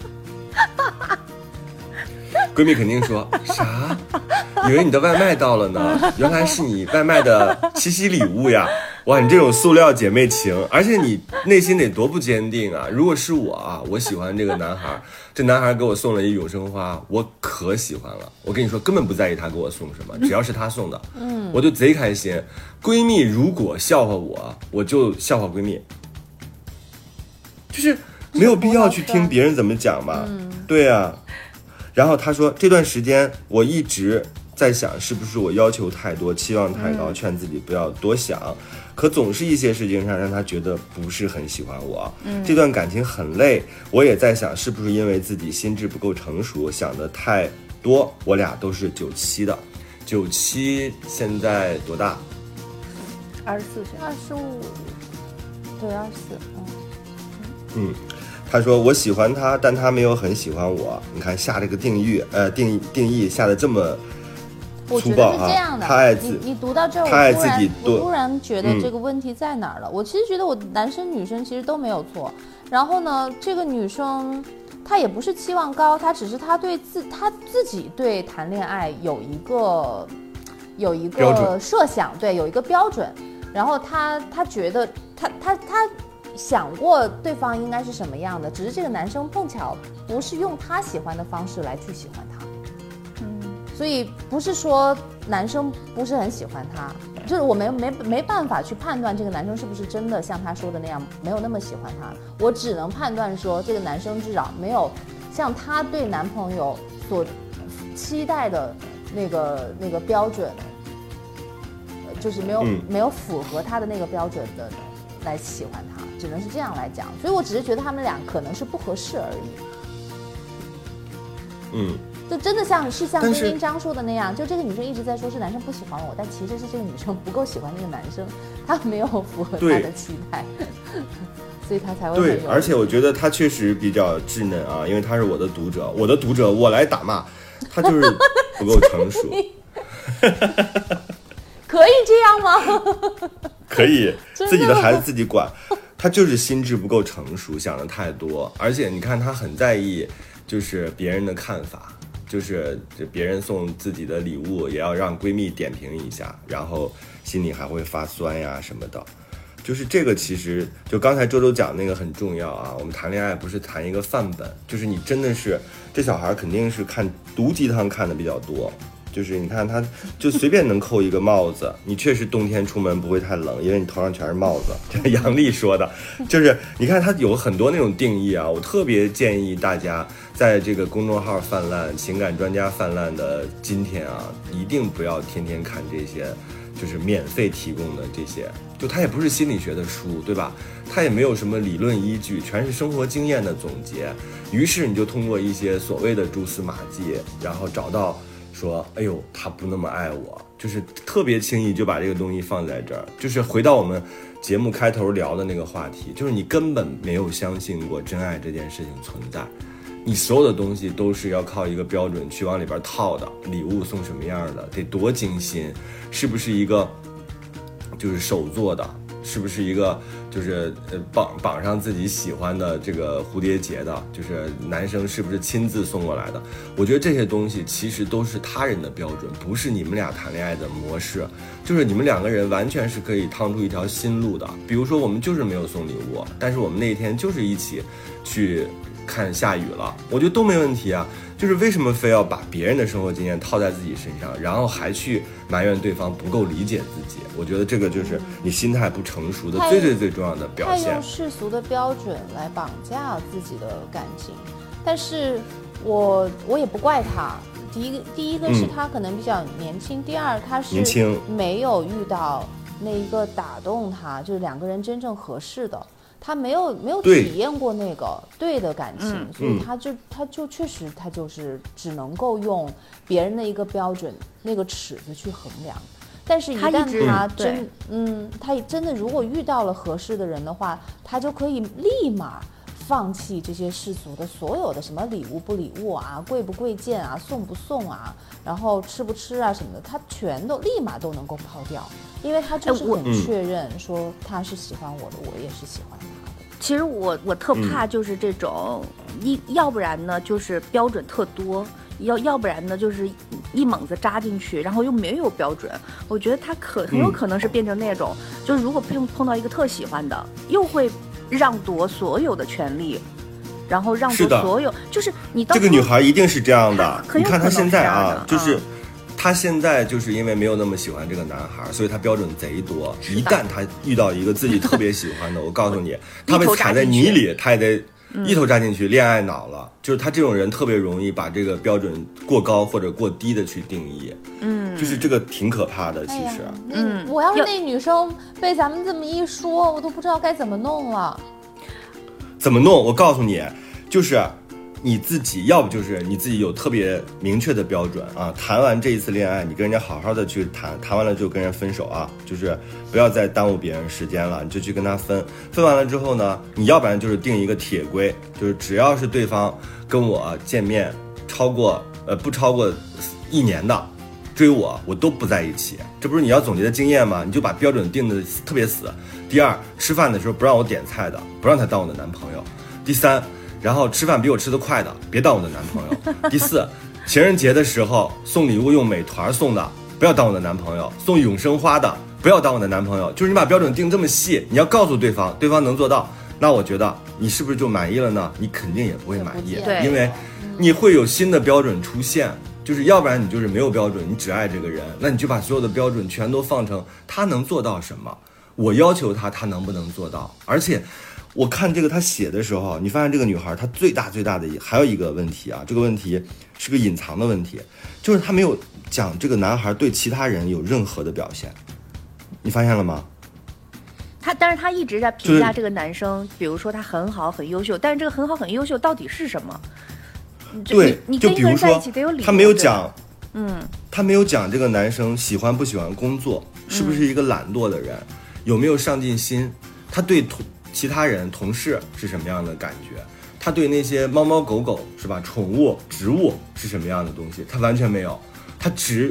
闺蜜肯定说啥？以为你的外卖到了呢，原来是你外卖的七夕礼物呀！哇，你这种塑料姐妹情，而且你内心得多不坚定啊！如果是我啊，我喜欢这个男孩，这男孩给我送了一永生花，我可喜欢了。我跟你说，根本不在意他给我送什么，只要是他送的，嗯，我就贼开心。闺蜜如果笑话我，我就笑话闺蜜，就是没有必要去听别人怎么讲嘛。对啊。然后他说，这段时间我一直在想，是不是我要求太多，期望太高，劝自己不要多想，可总是一些事情上让他觉得不是很喜欢我。嗯，这段感情很累，我也在想，是不是因为自己心智不够成熟，想的太多。我俩都是九七的，九七现在多大？ 二十四岁， 二十五，对，二十四，嗯嗯。他说我喜欢他，但他没有很喜欢我。你看下这个定义，呃，定定义下的这么粗暴啊！ 我觉得是这样的， 他爱自你你读到这儿， 他爱自己我突然觉得这个问题在哪儿了？嗯、我其实觉得我男生女生其实都没有错。然后呢，这个女生她也不是期望高，她只是她对自她自己对谈恋爱有一个有一个设想，对，有一个标准。然后她她觉得她她她。想过对方应该是什么样的，只是这个男生碰巧不是用他喜欢的方式来去喜欢他，嗯，所以不是说男生不是很喜欢他，就是我没没没办法去判断这个男生是不是真的像他说的那样没有那么喜欢他，我只能判断说这个男生至少没有像他对男朋友所期待的那个那个标准，就是没有、嗯、没有符合他的那个标准的来喜欢他，只能是这样来讲，所以我只是觉得他们俩可能是不合适而已。 嗯， 就真的像是像丁丁章说的那样，就这个女生一直在说是男生不喜欢我，但其实是这个女生不够喜欢那个男生，他没有符合他的期待，所以他才会对。而且我觉得他确实比较稚嫩啊，因为他是我的读者，我的读者我来打骂，他就是不够成熟。 可以这样吗？ 可以，自己的孩子自己管。他就是心智不够成熟，想的太多，而且你看他很在意，就是别人的看法，就是别人送自己的礼物也要让闺蜜点评一下，然后心里还会发酸呀什么的。就是这个其实就刚才周周讲那个很重要啊，我们谈恋爱不是谈一个范本，就是你真的是这小孩肯定是看毒鸡汤看的比较多。就是你看他就随便能扣一个帽子，你确实冬天出门不会太冷，因为你头上全是帽子，这是杨丽说的。就是你看他有很多那种定义啊，我特别建议大家在这个公众号泛滥情感专家泛滥的今天啊，一定不要天天看这些就是免费提供的这些，就它也不是心理学的书，对吧？它也没有什么理论依据，全是生活经验的总结。于是你就通过一些所谓的蛛丝马迹，然后找到说，哎呦，他不那么爱我，就是特别轻易就把这个东西放在这儿。就是回到我们节目开头聊的那个话题，就是你根本没有相信过真爱这件事情存在，你所有的东西都是要靠一个标准去往里边套的，礼物送什么样的，得多精心，是不是一个就是手做的，是不是一个就是呃绑绑上自己喜欢的这个蝴蝶结的，就是男生是不是亲自送过来的。我觉得这些东西其实都是他人的标准，不是你们俩谈恋爱的模式，就是你们两个人完全是可以趟出一条新路的。比如说我们就是没有送礼物，但是我们那天就是一起去看下雨了，我觉得都没问题啊。就是为什么非要把别人的生活经验套在自己身上，然后还去埋怨对方不够理解自己？我觉得这个就是你心态不成熟的最最最重要的表现。 他用世俗的标准来绑架自己的感情，但是我我也不怪他。第一个第一个是他可能比较年轻，嗯、第二他是没有遇到那一个打动他，就是两个人真正合适的。他没有没有体验过那个对的感情，嗯、所以他就他就确实他就是只能够用别人的一个标准那个尺子去衡量。但是，一旦他真嗯，他真的如果遇到了合适的人的话，他就可以立马放弃这些世俗的所有的什么礼物不礼物啊，贵不贵贱啊，送不送啊，然后吃不吃啊什么的，他全都立马都能够抛掉，因为他就是很确认说他是喜欢我的，我也是喜欢他的。 其实我我特怕就是这种，一、嗯、要不然呢就是标准特多，要要不然呢就是一猛子扎进去，然后又没有标准。我觉得他可很有可能是变成那种，嗯、就是如果碰碰到一个特喜欢的，又会让夺所有的权利，然后让夺所有，就是你到这个女孩一定是这样的。你看她现在啊，就是。 嗯他现在就是因为没有那么喜欢这个男孩，所以他标准贼多。一旦他遇到一个自己特别喜欢的，我告诉你，他被踩在泥里，他也得一头扎进去，恋爱脑了。就是他这种人特别容易把这个标准过高或者过低的去定义。嗯，就是这个挺可怕的，其实。哎、 嗯，我要是那女生被咱们这么一说，我都不知道该怎么弄了。 怎么弄？我告诉你，就是。你自己要不就是你自己有特别明确的标准啊，谈完这一次恋爱，你跟人家好好的去谈，谈完了就跟人分手啊，就是不要再耽误别人时间了，你就去跟他分，分完了之后呢，你要不然就是定一个铁规，就是只要是对方跟我见面超过呃不超过一年的，追我我都不在一起，这不是你要总结的经验吗？你就把标准定的特别死。第二，吃饭的时候不让我点菜的，不让他当我的男朋友。第三，然后吃饭比我吃得快的，别当我的男朋友。第四，情人节的时候送礼物用美团送的，不要当我的男朋友。送永生花的，不要当我的男朋友。就是你把标准定这么细，你要告诉对方，对方能做到，那我觉得你是不是就满意了呢？你肯定也不会满意，因为你会有新的标准出现。就是要不然你就是没有标准，你只爱这个人，那你就把所有的标准全都放成他能做到什么，我要求他，他能不能做到。而且我看这个他写的时候，你发现这个女孩她最大最大的还有一个问题啊，这个问题是个隐藏的问题，就是她没有讲这个男孩对其他人有任何的表现，你发现了吗？ 他但是他一直在评价这个男生，比如说他很好很优秀，但是这个很好很优秀到底是什么？ 对， 你就比如说他没有讲， 嗯， 他没有讲这个男生喜欢不喜欢工作，是不是一个懒惰的人，嗯、有没有上进心，他对同其他人同事是什么样的感觉，他对那些猫猫狗狗是吧，宠物植物是什么样的东西，他完全没有，他只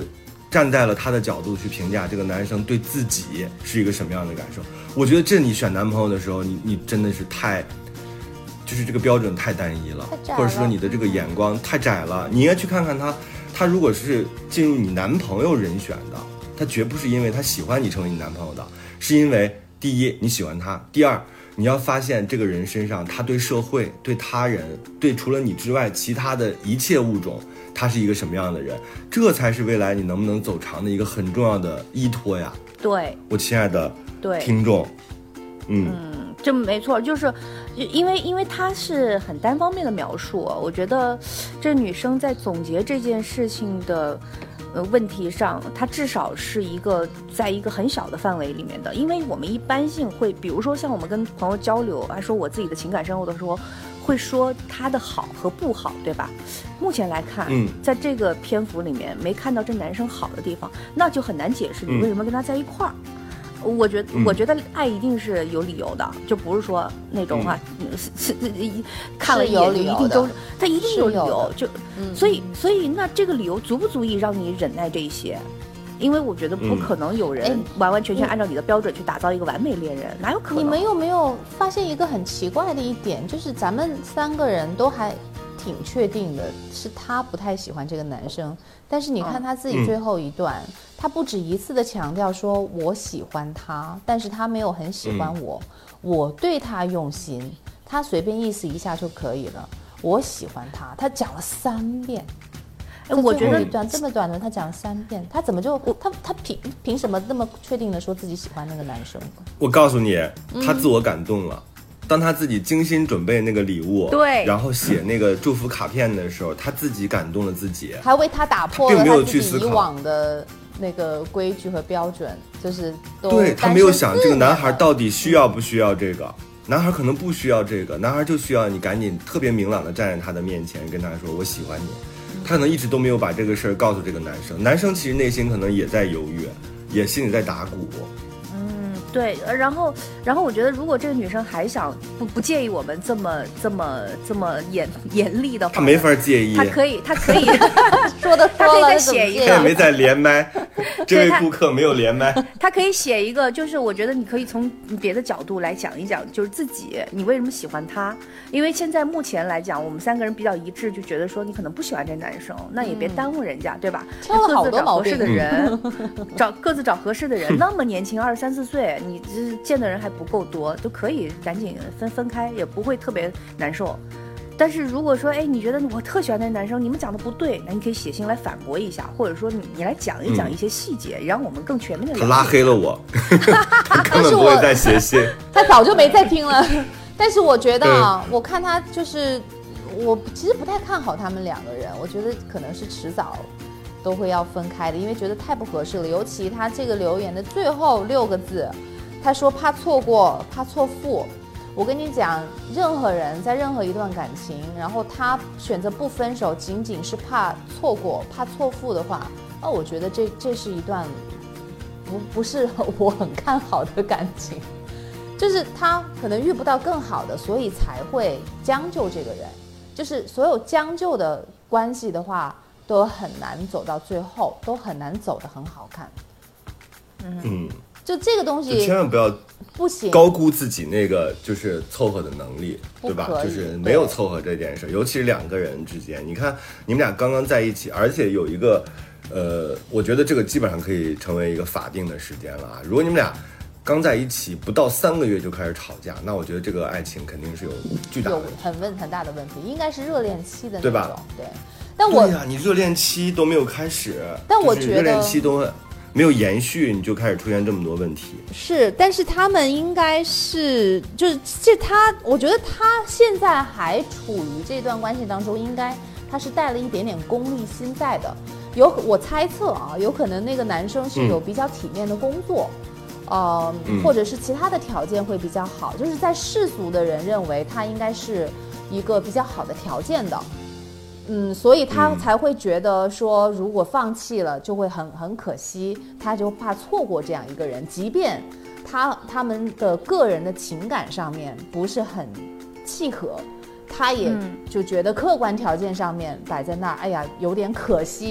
站在了他的角度去评价这个男生对自己是一个什么样的感受。我觉得这你选男朋友的时候，你你真的是太，就是这个标准太单一了， 了或者说你的这个眼光太窄了。你应该去看看他，他如果是进入你男朋友人选的，他绝不是因为他喜欢你成为你男朋友的，是因为第一你喜欢他，第二你要发现这个人身上他对社会、对他人、对除了你之外其他的一切物种，他是一个什么样的人，这才是未来你能不能走长的一个很重要的依托呀。 对， 我亲爱的对听众，嗯嗯，这没错，就是因为因为他是很单方面的描述，我觉得这女生在总结这件事情的呃问题上，她至少是一个在一个很小的范围里面的，因为我们一般性会，比如说像我们跟朋友交流，还说我自己的情感生活的时候，会说他的好和不好，对吧？目前来看， 嗯， 在这个篇幅里面没看到这男生好的地方，那就很难解释你为什么跟他在一块儿。嗯我觉得， 嗯、 我觉得爱一定是有理由的，就不是说那种啊，嗯、是是看了一眼就一定都，他一定有理由，就、嗯，所以所以那这个理由足不足以让你忍耐这些？因为我觉得不可能有人完完全全按照你的标准去打造一个完美恋人，哪有可能？ 你们有没有发现一个很奇怪的一点，就是咱们三个人都还挺确定的，是他不太喜欢这个男生，但是你看他自己最后一段。嗯，他不止一次的强调说我喜欢他，但是他没有很喜欢我、嗯、我对他用心，他随便意思一下就可以了，我喜欢他，他讲了三遍。我觉得短这么短的他讲了三遍，他怎么就他他凭凭什么那么确定的说自己喜欢那个男生？ 我告诉你，他自我感动了、嗯、当他自己精心准备那个礼物， 对， 然后写那个祝福卡片的时候，他自己感动了自己， 还为他打破了他自己以往的那个规矩和标准，就是都对他没有想这个男孩到底需要不需要这个，男孩可能不需要这个，男孩就需要你赶紧特别明朗的站在他的面前跟他说我喜欢你，他可能一直都没有把这个事儿告诉这个男生，男生其实内心可能也在犹豫，也心里在打鼓。 嗯，对，然后然后我觉得如果这个女生还想不不介意我们这么这么这么严严厉的话， 她没法介意， 她可以她可以说的她可以再写一个， 她也没在连麦，这位顾客没有连麦， 她可以写一个，就是我觉得你可以从别的角度来讲一讲，就是自己你为什么喜欢他，因为现在目前来讲我们三个人比较一致，就觉得说你可能不喜欢这男生，那也别耽误人家、嗯、对吧， 挑了好多毛病， 各自找合适的人、嗯、找各自找合适的人，那么年轻二十三四岁，你见的人还不够多，都可以赶紧分分开，也不会特别难受。但是如果说，哎，你觉得我特喜欢那男生，你们讲的不对，那你可以写信来反驳一下，或者说你你来讲一讲一些细节，嗯、让我们更全面的了解。 他拉黑了我，他根本不会再写信， 他早就没再听了。但是我觉得啊，我看他就是，我其实不太看好他们两个人，我觉得可能是迟早都会要分开的，因为觉得太不合适了。尤其他这个留言的最后六个字，他说怕错过，怕错付。我跟你讲，任何人在任何一段感情，然后他选择不分手，仅仅是怕错过、怕错付的话，那我觉得这这是一段不不是我很看好的感情。就是他可能遇不到更好的，所以才会将就这个人。就是所有将就的关系的话，都很难走到最后，都很难走得很好看。嗯。嗯，就这个东西， 千万不要不行高估自己那个就是凑合的能力，对吧？就是没有凑合这件事，尤其是两个人之间。你看你们俩刚刚在一起，而且有一个，呃，我觉得这个基本上可以成为一个法定的时间了啊。如果你们俩刚在一起不到三个月就开始吵架，那我觉得这个爱情肯定是有巨大的有很问很大的问题，应该是热恋期的那种， 对吧？ 对。但我对呀、啊，你热恋期都没有开始， 但我觉得、就是、 热恋期都没有延续，你就开始出现这么多问题。 是，但是他们应该是就是这他，我觉得他现在还处于这段关系当中，应该他是带了一点点功利心在的。有我猜测啊，有可能那个男生是有比较体面的工作。嗯呃，或者是其他的条件会比较好，就是在世俗的人认为他应该是一个比较好的条件的，嗯，所以他才会觉得说，如果放弃了就会很很可惜，他就怕错过这样一个人，即便他他们的个人的情感上面不是很契合，他也就觉得客观条件上面摆在那儿，哎呀，有点可惜。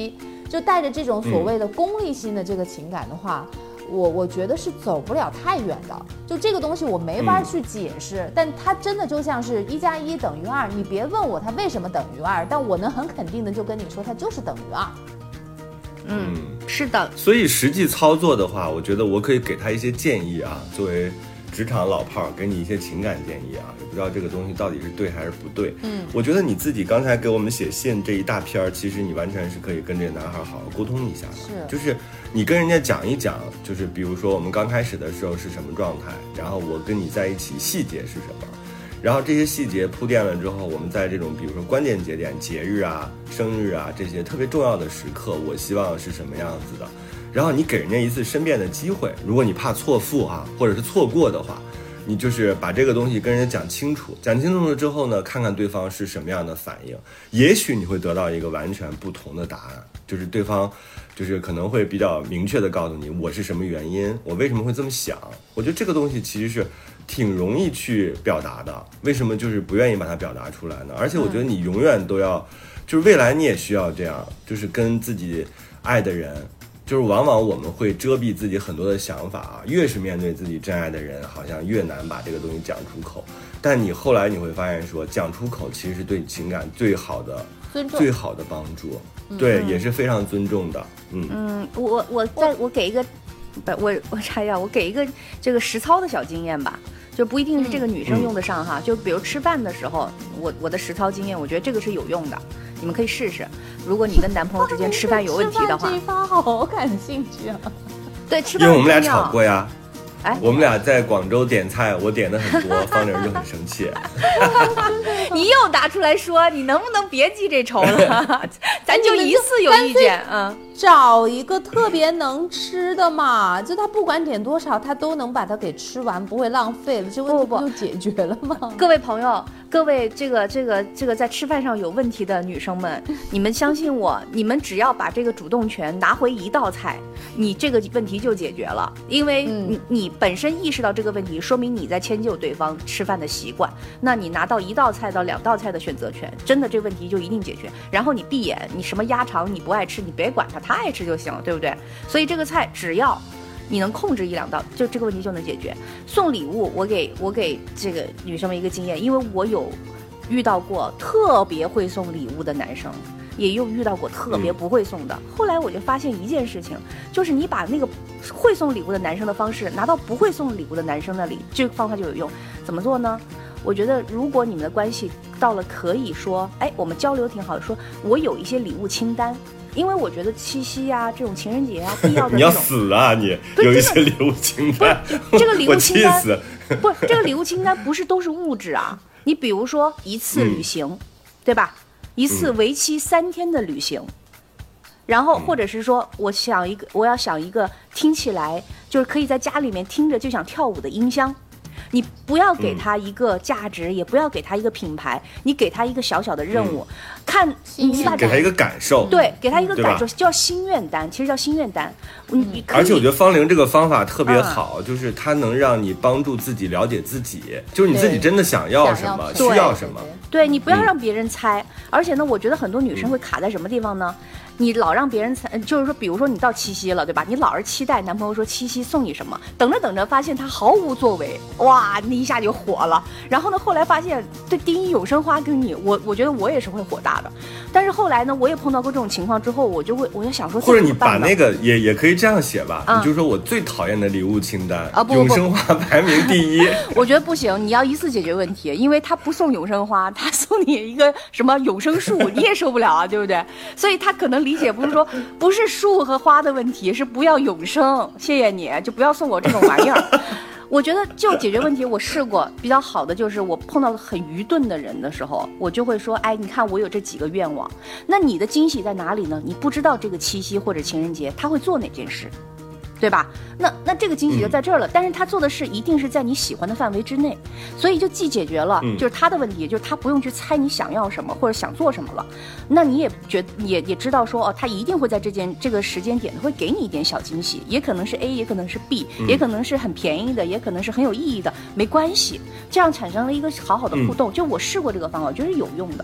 就带着这种所谓的功利性的这个情感的话。嗯我我觉得是走不了太远的，就这个东西我没法去解释，嗯、但它真的就像是一加一等于二，你别问我它为什么等于二，但我能很肯定的就跟你说它就是等于二。 嗯，是的。 所以实际操作的话，我觉得我可以给他一些建议啊，作为职场老炮儿，给你一些情感建议啊，也不知道这个东西到底是对还是不对。嗯，我觉得你自己刚才给我们写信这一大篇儿，其实你完全是可以跟这个男孩好好沟通一下的， 是， 就是你跟人家讲一讲，就是比如说我们刚开始的时候是什么状态，然后我跟你在一起细节是什么，然后这些细节铺垫了之后，我们在这种比如说关键节点、节日啊、生日啊这些特别重要的时刻，我希望是什么样子的。然后你给人家一次申辩的机会，如果你怕错付啊，或者是错过的话，你就是把这个东西跟人家讲清楚，讲清楚了之后呢，看看对方是什么样的反应，也许你会得到一个完全不同的答案，就是对方就是可能会比较明确的告诉你我是什么原因，我为什么会这么想。我觉得这个东西其实是挺容易去表达的，为什么就是不愿意把它表达出来呢？而且我觉得你永远都要，就是未来你也需要这样，就是跟自己爱的人，就是往往我们会遮蔽自己很多的想法啊，越是面对自己真爱的人，好像越难把这个东西讲出口。但你后来你会发现说，讲出口其实是对情感最好的尊重，最好的帮助，嗯、对，也是非常尊重的。嗯嗯，我我再我给一个，不，我我插一下，我给一个这个实操的小经验吧。就不一定是这个女生用得上哈，嗯、就比如吃饭的时候，我我的实操经验，我觉得这个是有用的，你们可以试试。如果你跟男朋友之间吃饭有问题的话， 这一发好感兴趣啊。 对，吃饭因为我们俩吵过呀。 哎， 我们俩在广州点菜，我点的很多，方玲就很生气。 你又拿出来说，你能不能别记这仇了？咱就一次有意见啊。 找一个特别能吃的嘛，就他不管点多少，他都能把它给吃完，不会浪费了，这问题不就解决了吗？ 各位朋友，各位这个这个这个在吃饭上有问题的女生们，你们相信我，你们只要把这个主动权拿回一道菜，你这个问题就解决了，因为你、嗯、你本身意识到这个问题，说明你在迁就对方吃饭的习惯，那你拿到一道菜到两道菜的选择权，真的这问题就一定解决。然后你闭眼，你什么鸭肠你不爱吃，你别管它。他爱吃就行了，对不对？所以这个菜只要你能控制一两道，就这个问题就能解决。送礼物，我给我给这个女生们一个经验，因为我有遇到过特别会送礼物的男生，也有遇到过特别不会送的。嗯、后来我就发现一件事情，就是你把那个会送礼物的男生的方式拿到不会送礼物的男生那里，这个方法就有用。怎么做呢？我觉得如果你们的关系到了可以说，哎，我们交流挺好的，说我有一些礼物清单。因为我觉得七夕呀、啊，这种情人节啊，必要的你要死啊！你有一些礼物清单， 这个礼物清单， 我气死！ 不，这个礼物清单不是都是物质啊。你比如说一次旅行，嗯、对吧？一次为期三天的旅行，嗯、然后或者是说，我想一个，我要想一个听起来就是可以在家里面听着就想跳舞的音箱。你不要给他一个价值，嗯、也不要给他一个品牌，你给他一个小小的任务，嗯、看你把给他一个感受， 对，给他一个感受，叫心愿单，其实叫心愿单。嗯、你而且我觉得方玲这个方法特别好，嗯、就是它能让你帮助自己了解自己，就是你自己真的想要什么，需要什么。 对，你不要让别人猜。嗯、而且呢，我觉得很多女生会卡在什么地方呢？你老让别人猜，就是说，比如说你到七夕了，对吧？你老是期待男朋友说七夕送你什么，等着等着发现他毫无作为，哇，那一下就火了。然后呢，后来发现对第一永生花跟你，我我觉得我也是会火大的。但是后来呢，我也碰到过这种情况之后，我就会我就想说， 或者你把那个也也可以这样写吧，嗯、你就说我最讨厌的礼物清单啊，不不不永生花排名第一。 我觉得不行，你要一次解决问题，因为他不送永生花，他送你一个什么永生树，你也受不了啊，对不对？所以他可能理解不是说不是树和花的问题，是不要永生，谢谢你，就不要送我这种玩意儿。我觉得就解决问题，我试过比较好的就是我碰到很愚钝的人的时候，我就会说，哎，你看我有这几个愿望，那你的惊喜在哪里呢？你不知道这个七夕或者情人节他会做哪件事，对吧？那那这个惊喜就在这儿了，嗯、但是他做的事一定是在你喜欢的范围之内，所以就既解决了，嗯、就是他的问题，就是他不用去猜你想要什么或者想做什么了。那你也觉也也知道说，哦，他一定会在这件这个时间点会给你一点小惊喜，也可能是 A， 也可能是 B，嗯、也可能是很便宜的，也可能是很有意义的，没关系，这样产生了一个好好的互动。嗯、就我试过这个方法，我觉得是有用的。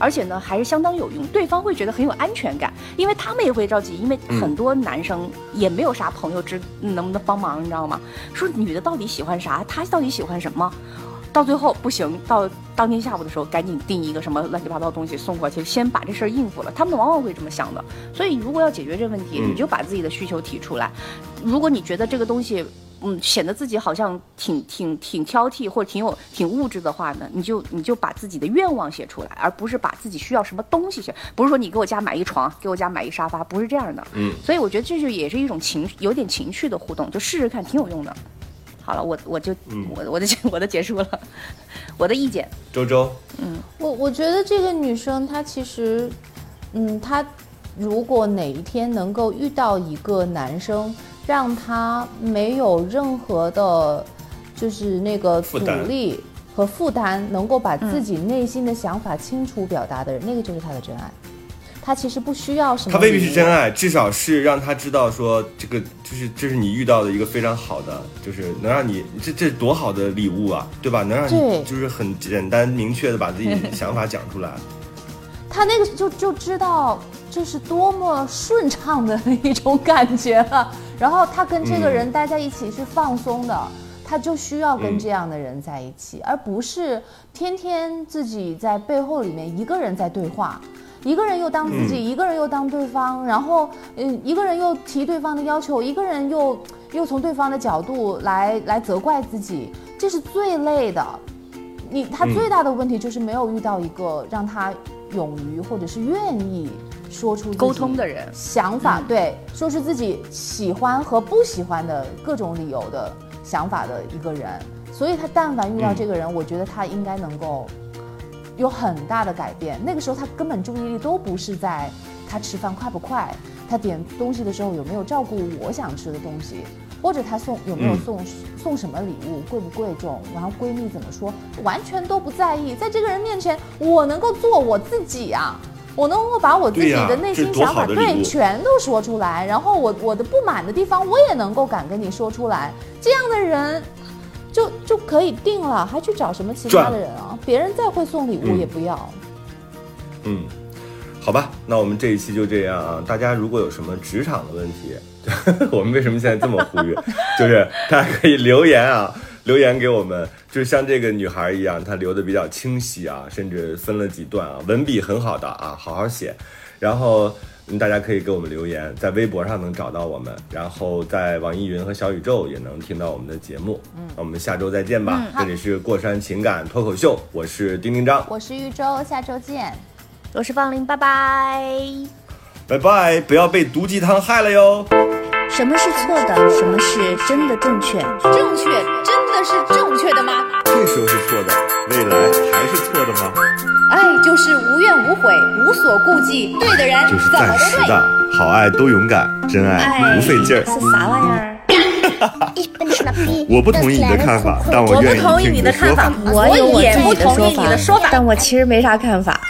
而且呢还是相当有用，对方会觉得很有安全感，因为他们也会着急，因为很多男生也没有啥朋友知能不能帮忙，你知道吗？说女的到底喜欢啥，他到底喜欢什么？到最后不行，到当天下午的时候，赶紧订一个什么乱七八糟的东西送过去，先把这事儿应付了。他们往往会这么想的。所以，如果要解决这个问题，你就把自己的需求提出来。如果你觉得这个东西，嗯，显得自己好像挺挺挺挑剔或者挺有挺物质的话呢，你就你就把自己的愿望写出来，而不是把自己需要什么东西写。不是说你给我家买一床，给我家买一沙发，不是这样的。嗯。所以我觉得这就也是一种情，有点情绪的互动，就试试看，挺有用的。好了，我我就、嗯、我我的我的结束了，我的意见。 周周， 嗯，我我觉得这个女生她其实，嗯，她如果哪一天能够遇到一个男生，让她没有任何的，就是那个阻力和负担，能够把自己内心的想法清楚表达的人，嗯、那个就是她的真爱。他其实不需要什么， 他未必是真爱，至少是让他知道说这个就是这是你遇到的一个非常好的，就是能让你这这多好的礼物啊，对吧？能让你就是很简单明确的把自己的想法讲出来。 他那个就就知道这是多么顺畅的一种感觉了，然后他跟这个人待在一起是放松的。嗯，他就需要跟这样的人在一起，嗯、而不是天天自己在背后里面一个人在对话。一个人又当自己、嗯，一个人又当对方，然后，嗯，一个人又提对方的要求，一个人又又从对方的角度来来责怪自己，这是最累的。你他最大的问题就是没有遇到一个让他勇于或者是愿意说出沟通的人， 想法、嗯、对，说出自己喜欢和不喜欢的各种理由的想法的一个人。所以他但凡遇到这个人，嗯、我觉得他应该能够有很大的改变。那个时候他根本注意力都不是在他吃饭快不快，他点东西的时候有没有照顾我想吃的东西，或者他送有没有送、嗯、送什么礼物，贵不贵重，然后闺蜜怎么说，完全都不在意。在这个人面前，我能够做我自己啊，我能够把我自己的内心想法 对,、啊、对全都说出来，然后我我的不满的地方我也能够敢跟你说出来。这样的人就就可以定了，还去找什么其他的人啊？别人再会送礼物也不要。 嗯，好吧，那我们这一期就这样啊。大家如果有什么职场的问题，我们为什么现在这么呼吁？就是大家可以留言啊，留言给我们，就是像这个女孩一样，她留的比较清晰啊，甚至分了几段啊，文笔很好的啊，好好写。然后嗯，大家可以给我们留言，在微博上能找到我们，然后在网易云和小宇宙也能听到我们的节目。嗯，那我们下周再见吧。嗯、这里是过山情感脱口秀，我是丁丁张， 我是玉州，下周见。 我是方林，拜拜， 拜拜，不要被毒鸡汤害了哟。 什么是错的？什么是真的正确？ 正确真的是正确的吗？ 这时候是错的，未来还是错的吗？ 爱就是无怨无悔，无所顾忌，对的人就是暂时的，好爱都勇敢，真爱不费劲儿。 是啥玩意儿？ 我不同意你的看法，但我愿意听你的说法。 我也不同意你的说法，但我其实没啥看法。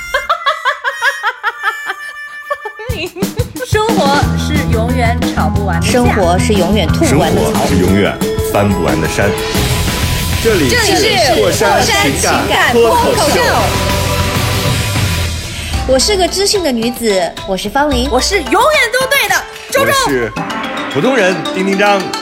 生活是永远吵不完的架， 生活是永远吐不完的槽， 生活是永远翻不完的山。这里是过山情感脱口秀。 我是个知性的女子，我是方琳， 我是永远都对的周周， 我是普通人丁丁张。